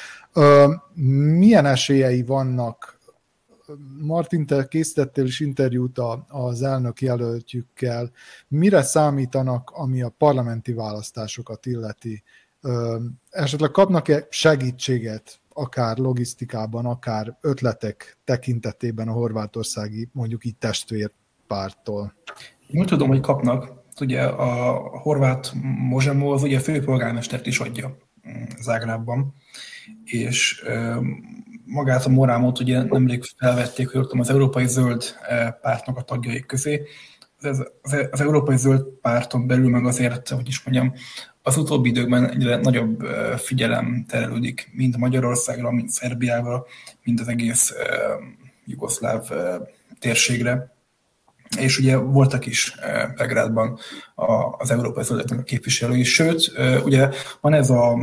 Milyen esélyei vannak? Martin, te készítettél is interjút az elnök jelöltjükkel. Mire számítanak, ami a parlamenti választásokat illeti? Esetleg kapnak-e segítséget, akár logisztikában, akár ötletek tekintetében a horvátországi, mondjuk így testvérpárttól? Én úgy tudom, hogy kapnak. Ugye a horvát Možemo az ugye a főpolgármestert is adja Zágrábban, és magát a Moramot ugye nemrég felvették, hogy az Európai Zöld Pártnak a tagjai közé. Az, az, az Európai Zöld Párton belül meg azért, hogy is mondjam, az utóbbi időkben egyre nagyobb figyelem terelődik mind Magyarországra, mind Szerbiára, mind az egész jugoszláv térségre. És ugye voltak is Belgrádban az Európai Zöldeknek a képviselői, sőt, ugye van ez a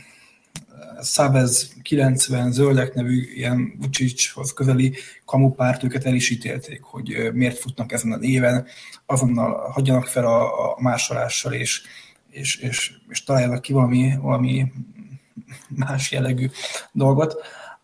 Savez kilencven zöldek nevű ilyen Vučićhoz közeli kamupárt, őket el is ítélték, hogy miért futnak ezen a néven, azonnal hagyjanak fel a, a másolással, és, és, és, és találjanak ki valami, valami más jellegű dolgot.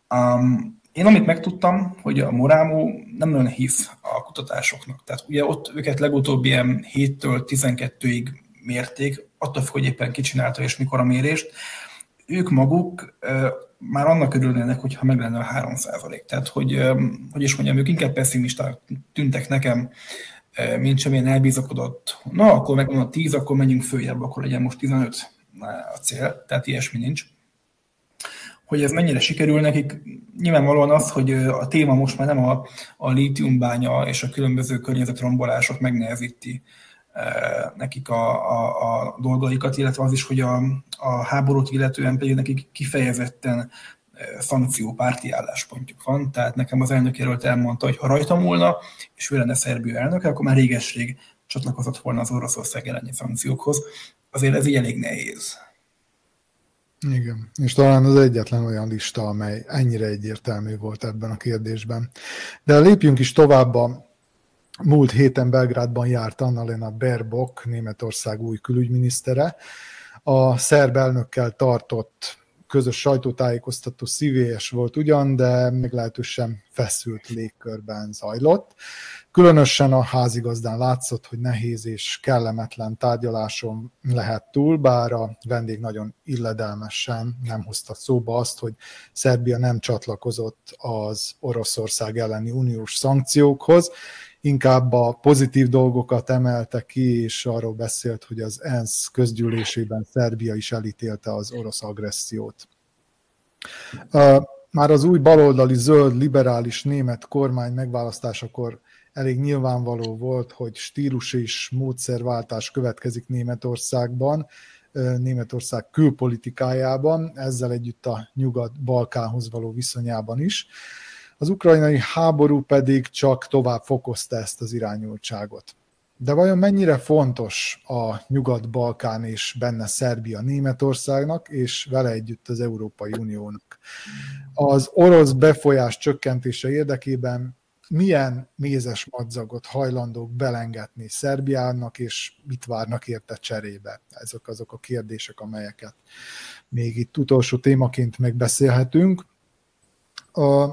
Um, én amit megtudtam, hogy a Morámú nem nagyon hisz a kutatásoknak. Tehát ugye ott őket legutóbb ilyen héttől tizenkettőig mérték, attól függ, hogy éppen ki csinálta és mikor a mérést. Ők maguk uh, már annak örülnének, hogyha meg lenne a három százalék. Tehát, hogy, um, hogy is mondjam, ők inkább pessimisták tűntek nekem, uh, mint sem ilyen elbízakodott. Na, akkor megvan a tíz, akkor menjünk följebb, akkor legyen most tizenöt a cél, tehát ilyesmi nincs. Hogy ez mennyire sikerül nekik, nyilvánvalóan az, hogy a téma most már nem a, a lítiumbánya és a különböző környezetrombolások megnehezíti nekik a, a, a dolgaikat, illetve az is, hogy a, a háborút illetően pedig nekik kifejezetten szankciópárti álláspontjuk van. Tehát nekem az elnök jelölt elmondta, hogy ha rajta múlna, és ő lenne Szerbia elnöke, akkor már réges-rég csatlakozott volna az Oroszország elleni szankciókhoz. Azért ez így elég nehéz. Igen, és talán az egyetlen olyan lista, amely ennyire egyértelmű volt ebben a kérdésben. De lépjünk is tovább. A múlt héten Belgrádban járt Annalena Baerbock, Németország új külügyminisztere. A szerb elnökkel tartott közös sajtótájékoztató szívélyes volt ugyan, de meglehetősen feszült légkörben zajlott. Különösen a házigazdán látszott, hogy nehéz és kellemetlen tárgyaláson lehet túl, bár a vendég nagyon illedelmesen nem hozta szóba azt, hogy Szerbia nem csatlakozott az Oroszország elleni uniós szankciókhoz, inkább a pozitív dolgokat emelte ki, és arról beszélt, hogy az ENSZ közgyűlésében Szerbia is elítélte az orosz agressziót. Már az új baloldali zöld liberális német kormány megválasztásakor elég nyilvánvaló volt, hogy stílus és módszerváltás következik Németországban, Németország külpolitikájában, ezzel együtt a Nyugat-Balkánhoz való viszonyában is. Az ukrajnai háború pedig csak tovább fokozta ezt az irányultságot. De vajon mennyire fontos a Nyugat-Balkán és benne Szerbia Németországnak, és vele együtt az Európai Uniónak? Az orosz befolyás csökkentése érdekében milyen mézes madzagot hajlandók belengetni Szerbiának, és mit várnak érte cserébe? Ezek azok a kérdések, amelyeket még itt utolsó témaként megbeszélhetünk. A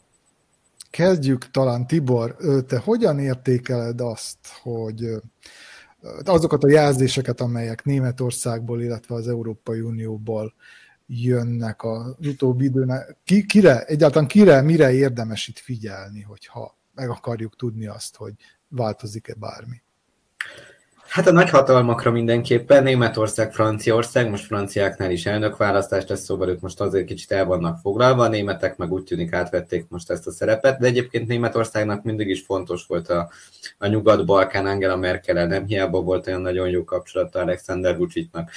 Kezdjük talán, Tibor, te hogyan értékeled azt, hogy azokat a jelzéseket, amelyek Németországból, illetve az Európai Unióból jönnek az utóbbi időnek, ki, kire, egyáltalán kire, mire érdemes itt figyelni, hogyha meg akarjuk tudni azt, hogy változik-e bármi? Hát a nagyhatalmakra mindenképpen, Németország, Franciaország, most franciáknál is elnökválasztás lesz szóval, ők most azért kicsit el vannak foglalva, a németek meg úgy tűnik átvették most ezt a szerepet, de egyébként Németországnak mindig is fontos volt a, a Nyugat-Balkán, Angela Merkel-el, nem hiába volt olyan nagyon jó kapcsolata Alexander Vučićnak,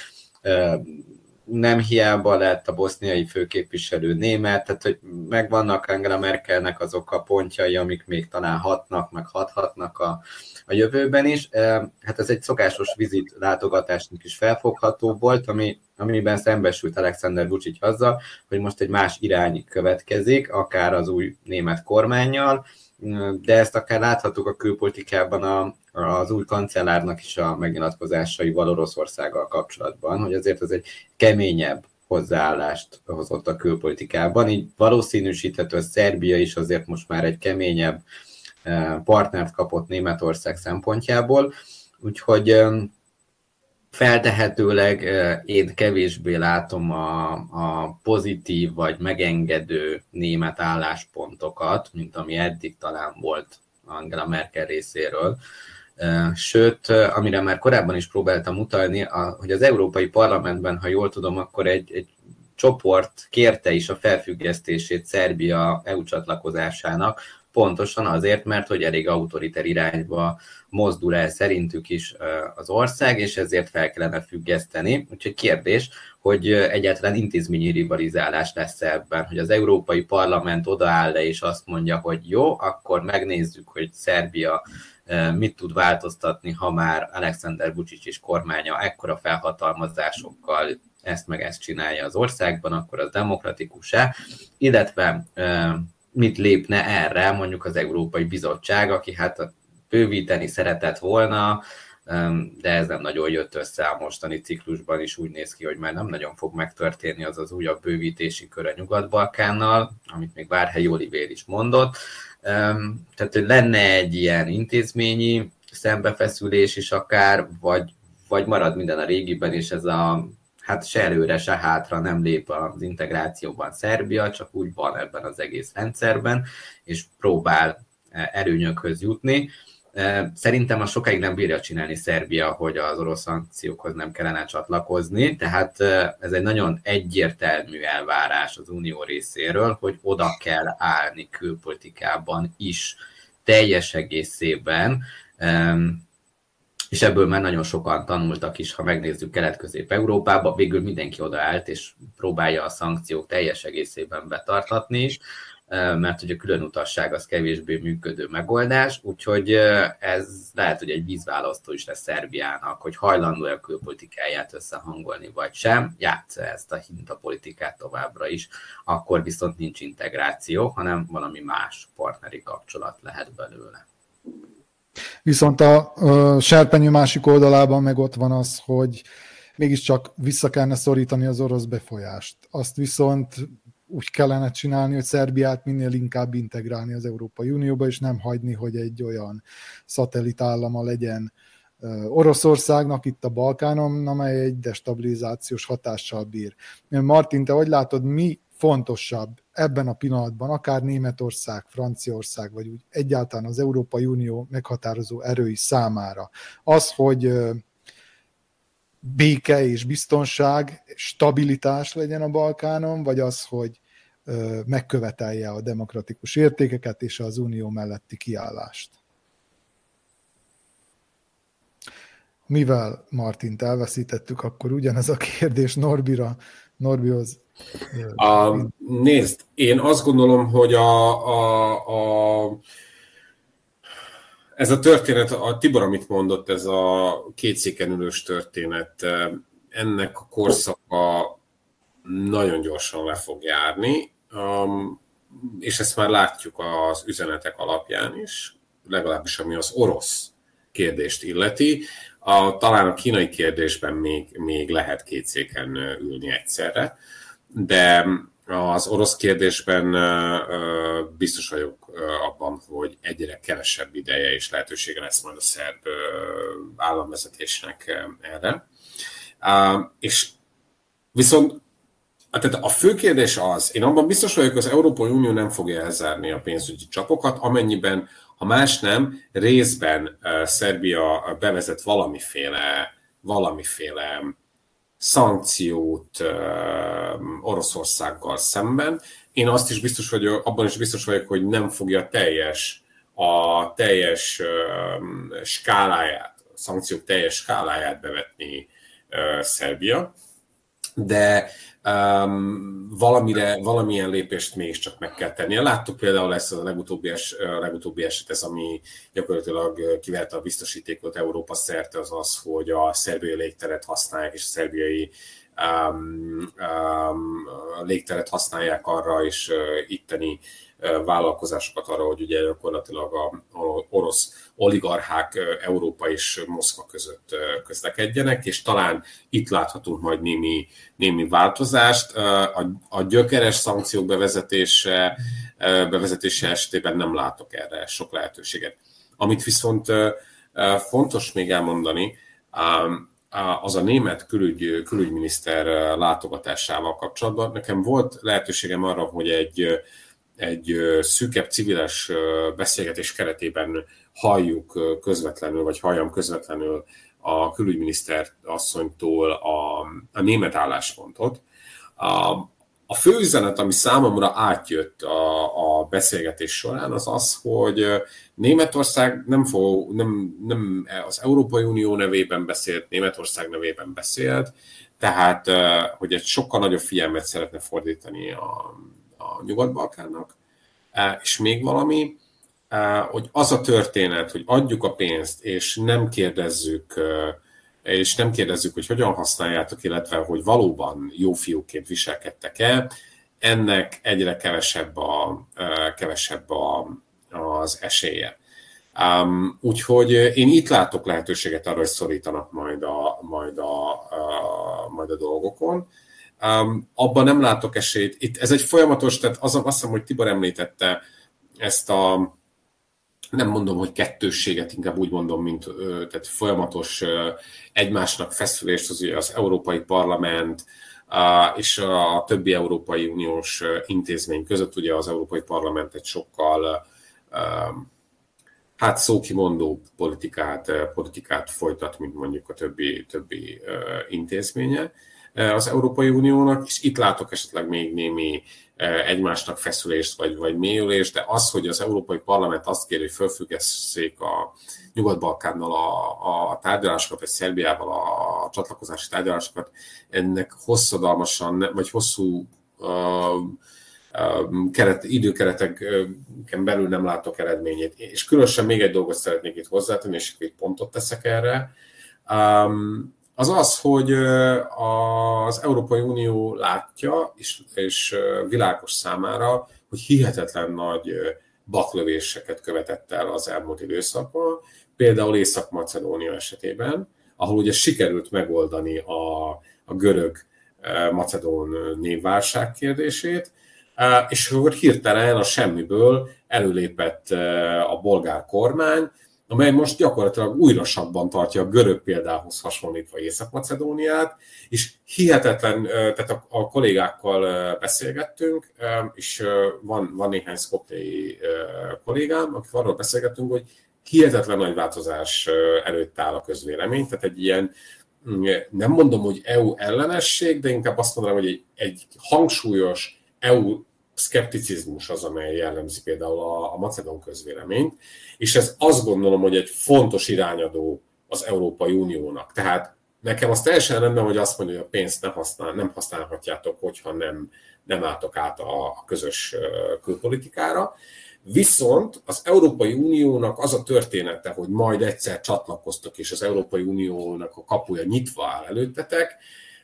nem hiába lett a boszniai főképviselő német, tehát hogy megvannak Angela Merkelnek azok a pontjai, amik még talán hatnak, meg hathatnak a, a jövőben is. Hát ez egy szokásos vizit látogatásnak is felfogható volt, ami, amiben szembesült Alexander Vučić azzal, hogy most egy más irány következik, akár az új német kormánnyal, de ezt akár láthatjuk a külpolitikában a, az új kancellárnak is a megnyilatkozásaival Oroszországgal kapcsolatban, hogy azért ez egy keményebb hozzáállást hozott a külpolitikában, így valószínűsíthető, hogy Szerbia is azért most már egy keményebb partnert kapott Németország szempontjából, úgyhogy feltehetőleg én kevésbé látom a, a pozitív vagy megengedő német álláspontokat, mint ami eddig talán volt Angela Merkel részéről. Sőt, amire már korábban is próbáltam utalni, hogy az Európai Parlamentben, ha jól tudom, akkor egy, egy csoport kérte is a felfüggesztését Szerbia é u csatlakozásának, pontosan azért, mert hogy elég autoriter irányba mozdul el szerintük is az ország, és ezért fel kellene függeszteni. Úgyhogy kérdés, hogy egyáltalán intézményi rivalizálás lesz ebben, hogy az Európai Parlament odaáll-e és azt mondja, hogy jó, akkor megnézzük, hogy Szerbia mit tud változtatni, ha már Alexander Vučić és kormánya ekkora felhatalmazásokkal ezt meg ezt csinálja az országban, akkor az demokratikus-e, illetve mit lépne erre mondjuk az Európai Bizottság, aki hát bővíteni szeretett volna de ez nem nagyon jött össze a mostani ciklusban is, úgy néz ki, hogy már nem nagyon fog megtörténni az az újabb bővítési kör a Nyugat-Balkánnal, amit még Várhelyi Olivér is mondott. Tehát, hogy lenne egy ilyen intézményi szembefeszülés is akár, vagy, vagy marad minden a régiben, és ez a hát se előre, se hátra nem lép az integrációban Szerbia, csak úgy van ebben az egész rendszerben, és próbál előnyökhöz jutni. Szerintem az sokáig nem bírja csinálni Szerbia, hogy az orosz szankciókhoz nem kellene csatlakozni, tehát ez egy nagyon egyértelmű elvárás az Unió részéről, hogy oda kell állni külpolitikában is teljes egészében, és ebből már nagyon sokan tanultak is, ha megnézzük Kelet-Közép-Európába, végül mindenki odaállt, és próbálja a szankciók teljes egészében betartatni is, mert hogy a külön utasság az kevésbé működő megoldás, úgyhogy ez lehet, hogy egy vízválasztó is lesz Szerbiának, hogy hajlandó-e a külpolitikáját összehangolni, vagy sem, játsza ezt a hintapolitikát továbbra is, akkor viszont nincs integráció, hanem valami más partneri kapcsolat lehet belőle. Viszont a, a serpenyő másik oldalában meg ott van az, hogy mégiscsak vissza kellene szorítani az orosz befolyást. Azt viszont úgy kellene csinálni, hogy Szerbiát minél inkább integrálni az Európai Unióba, és nem hagyni, hogy egy olyan szatellitállama legyen Oroszországnak itt a Balkánon, amely egy destabilizációs hatással bír. Martin, te hogy látod, mi fontosabb ebben a pillanatban, akár Németország, Franciaország, vagy úgy egyáltalán az Európai Unió meghatározó erői számára? Az, hogy béke és biztonság, stabilitás legyen a Balkánon, vagy az, hogy megkövetelje a demokratikus értékeket és az unió melletti kiállást? Mivel Martint elveszítettük, akkor ugyanez a kérdés Norbira, Norbihoz. A, nézd, én azt gondolom, hogy a, a, a, ez a történet, a Tibor, amit mondott, ez a két széken ülős történet, ennek a korszaka nagyon gyorsan le fog járni, és ezt már látjuk az üzenetek alapján is, legalábbis ami az orosz kérdést illeti. A, talán a kínai kérdésben még, még lehet két széken ülni egyszerre, de az orosz kérdésben biztos vagyok abban, hogy egyre kevesebb ideje és lehetősége lesz majd a szerb államvezetésnek erre. És viszont tehát a fő kérdés az, én abban biztos vagyok, hogy az Európai Unió nem fogja elzárni a pénzügyi csapokat, amennyiben, ha más nem, részben Szerbia bevezet valamiféle, valamiféle szankciót Oroszországgal szemben. Én azt is biztos vagyok, abban is biztos vagyok, hogy nem fogja teljes, a teljes skáláját, a szankciók teljes skáláját bevetni Szerbia, de um, valamire, valamilyen lépést mégiscsak meg kell tennie. Láttuk például ezt a legutóbbi, es, legutóbbi eset, ez, ami gyakorlatilag kiverte a biztosítékot Európa szerte, az az, hogy a szerbiai légteret használják, és a szerbiai um, um, légteret használják arra, és uh, itteni uh, vállalkozásokat arra, hogy ugye gyakorlatilag a, a orosz oligarchák Európa és Moszkva között közlekedjenek, és talán itt láthatunk majd némi, némi változást. A, a gyökeres szankciók bevezetése, bevezetése esetében nem látok erre sok lehetőséget. Amit viszont fontos még elmondani, az a német külügy, külügyminiszter látogatásával kapcsolatban. Nekem volt lehetőségem arra, hogy egy, egy szűkebb civiles beszélgetés keretében halljuk közvetlenül, vagy halljam közvetlenül a külügyminiszter asszonytól a, a német álláspontot. A, a fő üzenet, ami számomra átjött a, a beszélgetés során, az az, hogy Németország nem, fog, nem, nem az Európai Unió nevében beszélt, Németország nevében beszélt, tehát hogy egy sokkal nagyobb figyelmet szeretne fordítani a, a Nyugat-Balkánnak. És még valami, hogy az a történet, hogy adjuk a pénzt, és nem kérdezzük, és nem kérdezzük, hogy hogyan használjátok, illetve hogy valóban jó fiúként viselkedtek-e, ennek egyre kevesebb, a, kevesebb a, az esélye. Um, úgyhogy én itt látok lehetőséget arra, hogy szorítanak majd a, majd a, a, majd a dolgokon. Um, abban nem látok esélyt. Itt ez egy folyamatos, tehát az, azt hiszem, hogy Tibor említette ezt a, nem mondom, hogy kettősséget, inkább úgy mondom, mint tehát folyamatos egymásnak feszülést az, az Európai Parlament és a többi Európai Uniós intézmény között. Ugye az Európai Parlament egy sokkal hát szókimondó politikát, politikát folytat, mint mondjuk a többi, többi intézménye az Európai Uniónak, és itt látok esetleg még némi egymásnak feszülést vagy, vagy mélyülést, de az, hogy az Európai Parlament azt kéri, hogy fölfüggesszék a Nyugat-Balkánnal a, a tárgyalásokat, vagy Szerbiával a csatlakozási tárgyalásokat, ennek hosszadalmasan, vagy hosszú uh, uh, keret, időkereteken belül nem látok eredményét. És különösen még egy dolgot szeretnék itt hozzátenni, és itt pontot teszek erre. Um, az az, hogy az Európai Unió látja, és, és világos számára, hogy hihetetlen nagy baklövéseket követett el az elmúlt időszakban, például Észak-Macedónia esetében, ahol ugye sikerült megoldani a, a görög-macedón névválság kérdését, és akkor hirtelen a semmiből előlépett a bolgár kormány, amely most gyakorlatilag újra sabban tartja a görög példához hasonlítva Észak-Macedóniát, és hihetetlen, tehát a, a kollégákkal beszélgettünk, és van, van néhány szkopjei kollégám, akik arról beszélgettünk, hogy hihetetlen nagy változás előtt áll a közvélemény, tehát egy ilyen, nem mondom, hogy é u ellenesség, de inkább azt mondanám, hogy egy, egy hangsúlyos é u szkepticizmus az, amely jellemzi például a, a macedón közvéleményt, és ez azt gondolom, hogy egy fontos irányadó az Európai Uniónak. Tehát nekem az teljesen rendben, hogy azt mondja, hogy a pénzt nem, használ, nem használhatjátok, hogyha nem, nem álltok át a, a közös külpolitikára. Viszont az Európai Uniónak az a története, hogy majd egyszer csatlakoztok, és az Európai Uniónak a kapuja nyitva áll előttetek,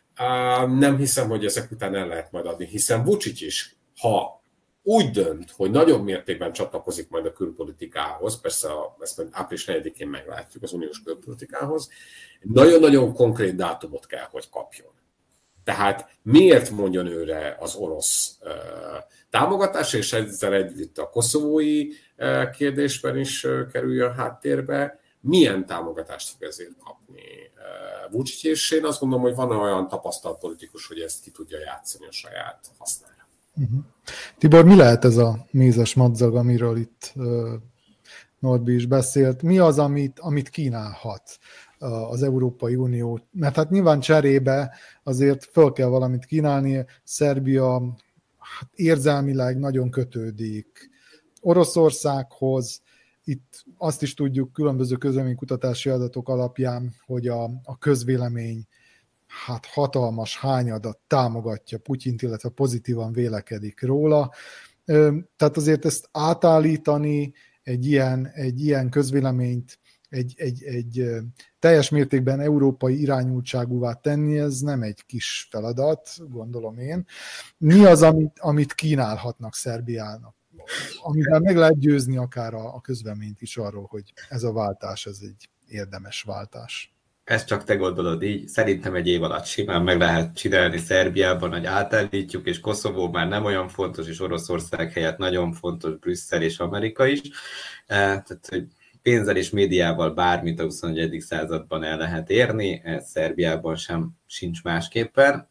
nem hiszem, hogy ezek után el lehet majd adni, hiszen Vučić is, ha úgy dönt, hogy nagyobb mértékben csatlakozik majd a külpolitikához, persze a, ezt majd április negyedikén meglátjuk az uniós külpolitikához, nagyon-nagyon konkrét dátumot kell, hogy kapjon. Tehát miért mondjon őre az orosz uh, támogatás, és ezzel együtt a koszovói uh, kérdésben is uh, kerüljön háttérbe, milyen támogatást fog ezért kapni uh, Vučić, és én azt gondolom, hogy van olyan tapasztalt politikus, hogy ezt ki tudja játszani a saját hasznára. Uh-huh. Tibor, mi lehet ez a mézes madzag, amiről itt uh, Norbi is beszélt? Mi az, amit, amit kínálhat uh, az Európai Unió? Mert hát nyilván cserébe azért föl kell valamit kínálni. Szerbia hát érzelmileg nagyon kötődik Oroszországhoz. Itt azt is tudjuk különböző közvéleménykutatási adatok alapján, hogy a, a közvélemény hát hatalmas hányadat támogatja Putyint, illetve pozitívan vélekedik róla. Tehát azért ezt átállítani, egy ilyen, egy ilyen közvéleményt egy, egy, egy teljes mértékben európai irányultságúvá tenni, ez nem egy kis feladat, gondolom én. Mi az, amit, amit kínálhatnak Szerbiának? Amivel meg lehet győzni akár a, a közvéleményt is arról, hogy ez a váltás, ez egy érdemes váltás. Ezt csak te gondolod így. Szerintem egy év alatt simán meg lehet csinálni Szerbiában, hogy átállítjuk, és Koszovó már nem olyan fontos, és Oroszország helyett nagyon fontos Brüsszel és Amerika is. Tehát, hogy pénzzel és médiával bármit a huszonegyedik században el lehet érni, Szerbiában sem sincs másképpen.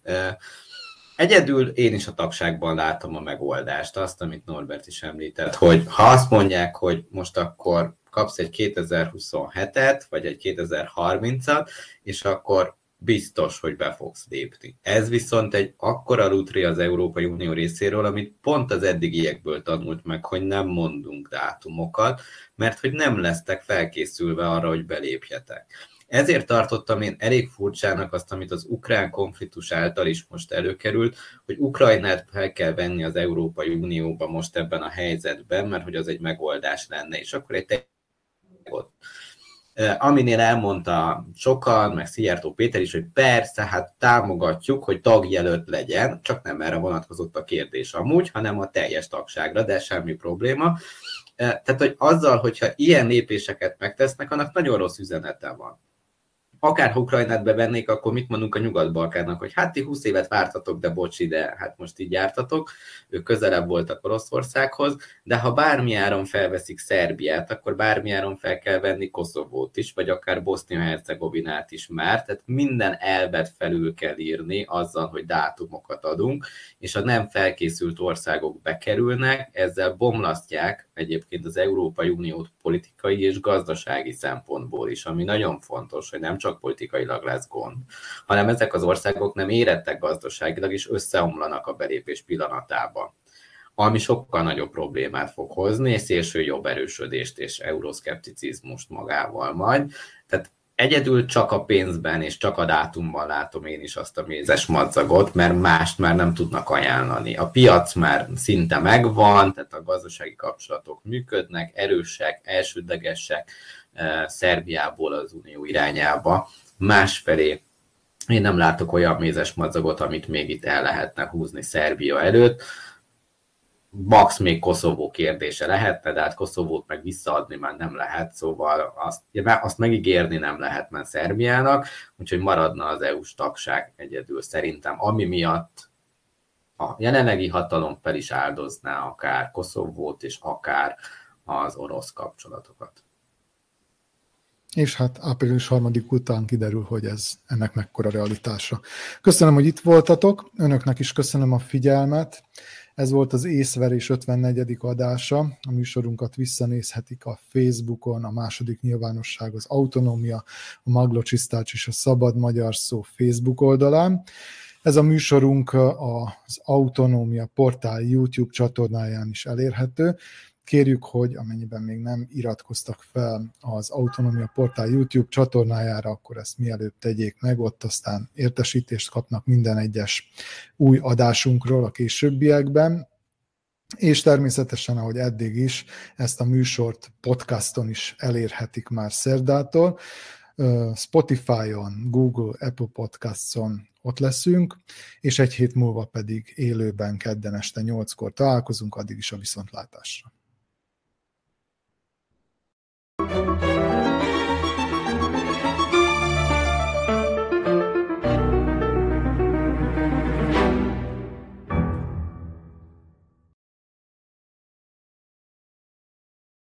Egyedül én is a tagságban látom a megoldást, azt, amit Norbert is említett, hogy ha azt mondják, hogy most akkor kapsz egy kétezer-huszonhetet, vagy egy kétezer-harmincat, és akkor biztos, hogy be fogsz lépni. Ez viszont egy akkora lutri az Európai Unió részéről, amit pont az eddigiekből tanult meg, hogy nem mondunk dátumokat, mert hogy nem lesztek felkészülve arra, hogy belépjetek. Ezért tartottam én elég furcsának azt, amit az ukrán konfliktus által is most előkerült, hogy Ukrajnát fel kell venni az Európai Unióba most ebben a helyzetben, mert hogy az egy megoldás lenne, és akkor egy ott. Aminél elmondta sokan, meg Szijjártó Péter is, hogy persze, hát támogatjuk, hogy tagjelölt legyen, csak nem erre vonatkozott a kérdés amúgy, hanem a teljes tagságra, de semmi probléma. Tehát, hogy azzal, hogyha ilyen lépéseket megtesznek, annak nagyon rossz üzenete van. Akár Ukrajnát bevennék, akkor mit mondunk a Nyugat-Balkánnak, hogy hát ti húsz évet vártatok, de bocsi, de hát most így jártatok, ők közelebb voltak Oroszországhoz, de ha bármiáron felveszik Szerbiát, akkor bármiáron fel kell venni Koszovót is, vagy akár Bosznia-Hercegovinát is már, tehát minden elvet felül kell írni azzal, hogy dátumokat adunk, és a nem felkészült országok bekerülnek, ezzel bomlasztják egyébként az Európai Uniót politikai és gazdasági szempontból is, ami nagyon fontos, hogy nem csak politikailag lesz gond, hanem ezek az országok nem érettek gazdaságilag, és összeomlanak a belépés pillanatában, ami sokkal nagyobb problémát fog hozni, és szélső jobb erősödést és euroszkepticizmust magával majd. Tehát egyedül csak a pénzben és csak a dátumban látom én is azt a mézes madzagot, mert mást már nem tudnak ajánlani. A piac már szinte megvan, tehát a gazdasági kapcsolatok működnek, erősek, elsődlegesek, Szerbiából az Unió irányába. Másfelé én nem látok olyan mézes madzagot, amit még itt el lehetne húzni Szerbia előtt. Max még Koszovó kérdése lehetne, de hát Koszovót meg visszaadni már nem lehet, szóval azt, azt megígérni nem lehet már Szerbiának, úgyhogy maradna az é u-s tagság egyedül szerintem, ami miatt a jelenlegi hatalom fel is áldozná akár Koszovót és akár az orosz kapcsolatokat. És hát április harmadik után kiderül, hogy ez ennek mekkora realitása. Köszönöm, hogy itt voltatok, önöknek is köszönöm a figyelmet. Ez volt az Észverés ötvennegyedik adása. A műsorunkat visszanézhetik a Facebookon, a második nyilvánosság, az Autonómia, a Magló Csisztács és a Szabad Magyar Szó Facebook oldalán. Ez a műsorunk az Autonómia portál YouTube csatornáján is elérhető. Kérjük, hogy amennyiben még nem iratkoztak fel az Autonómia portál YouTube csatornájára, akkor ezt mielőbb tegyék meg, ott aztán értesítést kapnak minden egyes új adásunkról a későbbiekben. És természetesen, ahogy eddig is, ezt a műsort podcaston is elérhetik már szerdától. Spotify-on, Google, Apple Podcasts-on ott leszünk, és egy hét múlva pedig élőben kedden este nyolckor találkozunk, addig is a viszontlátásra.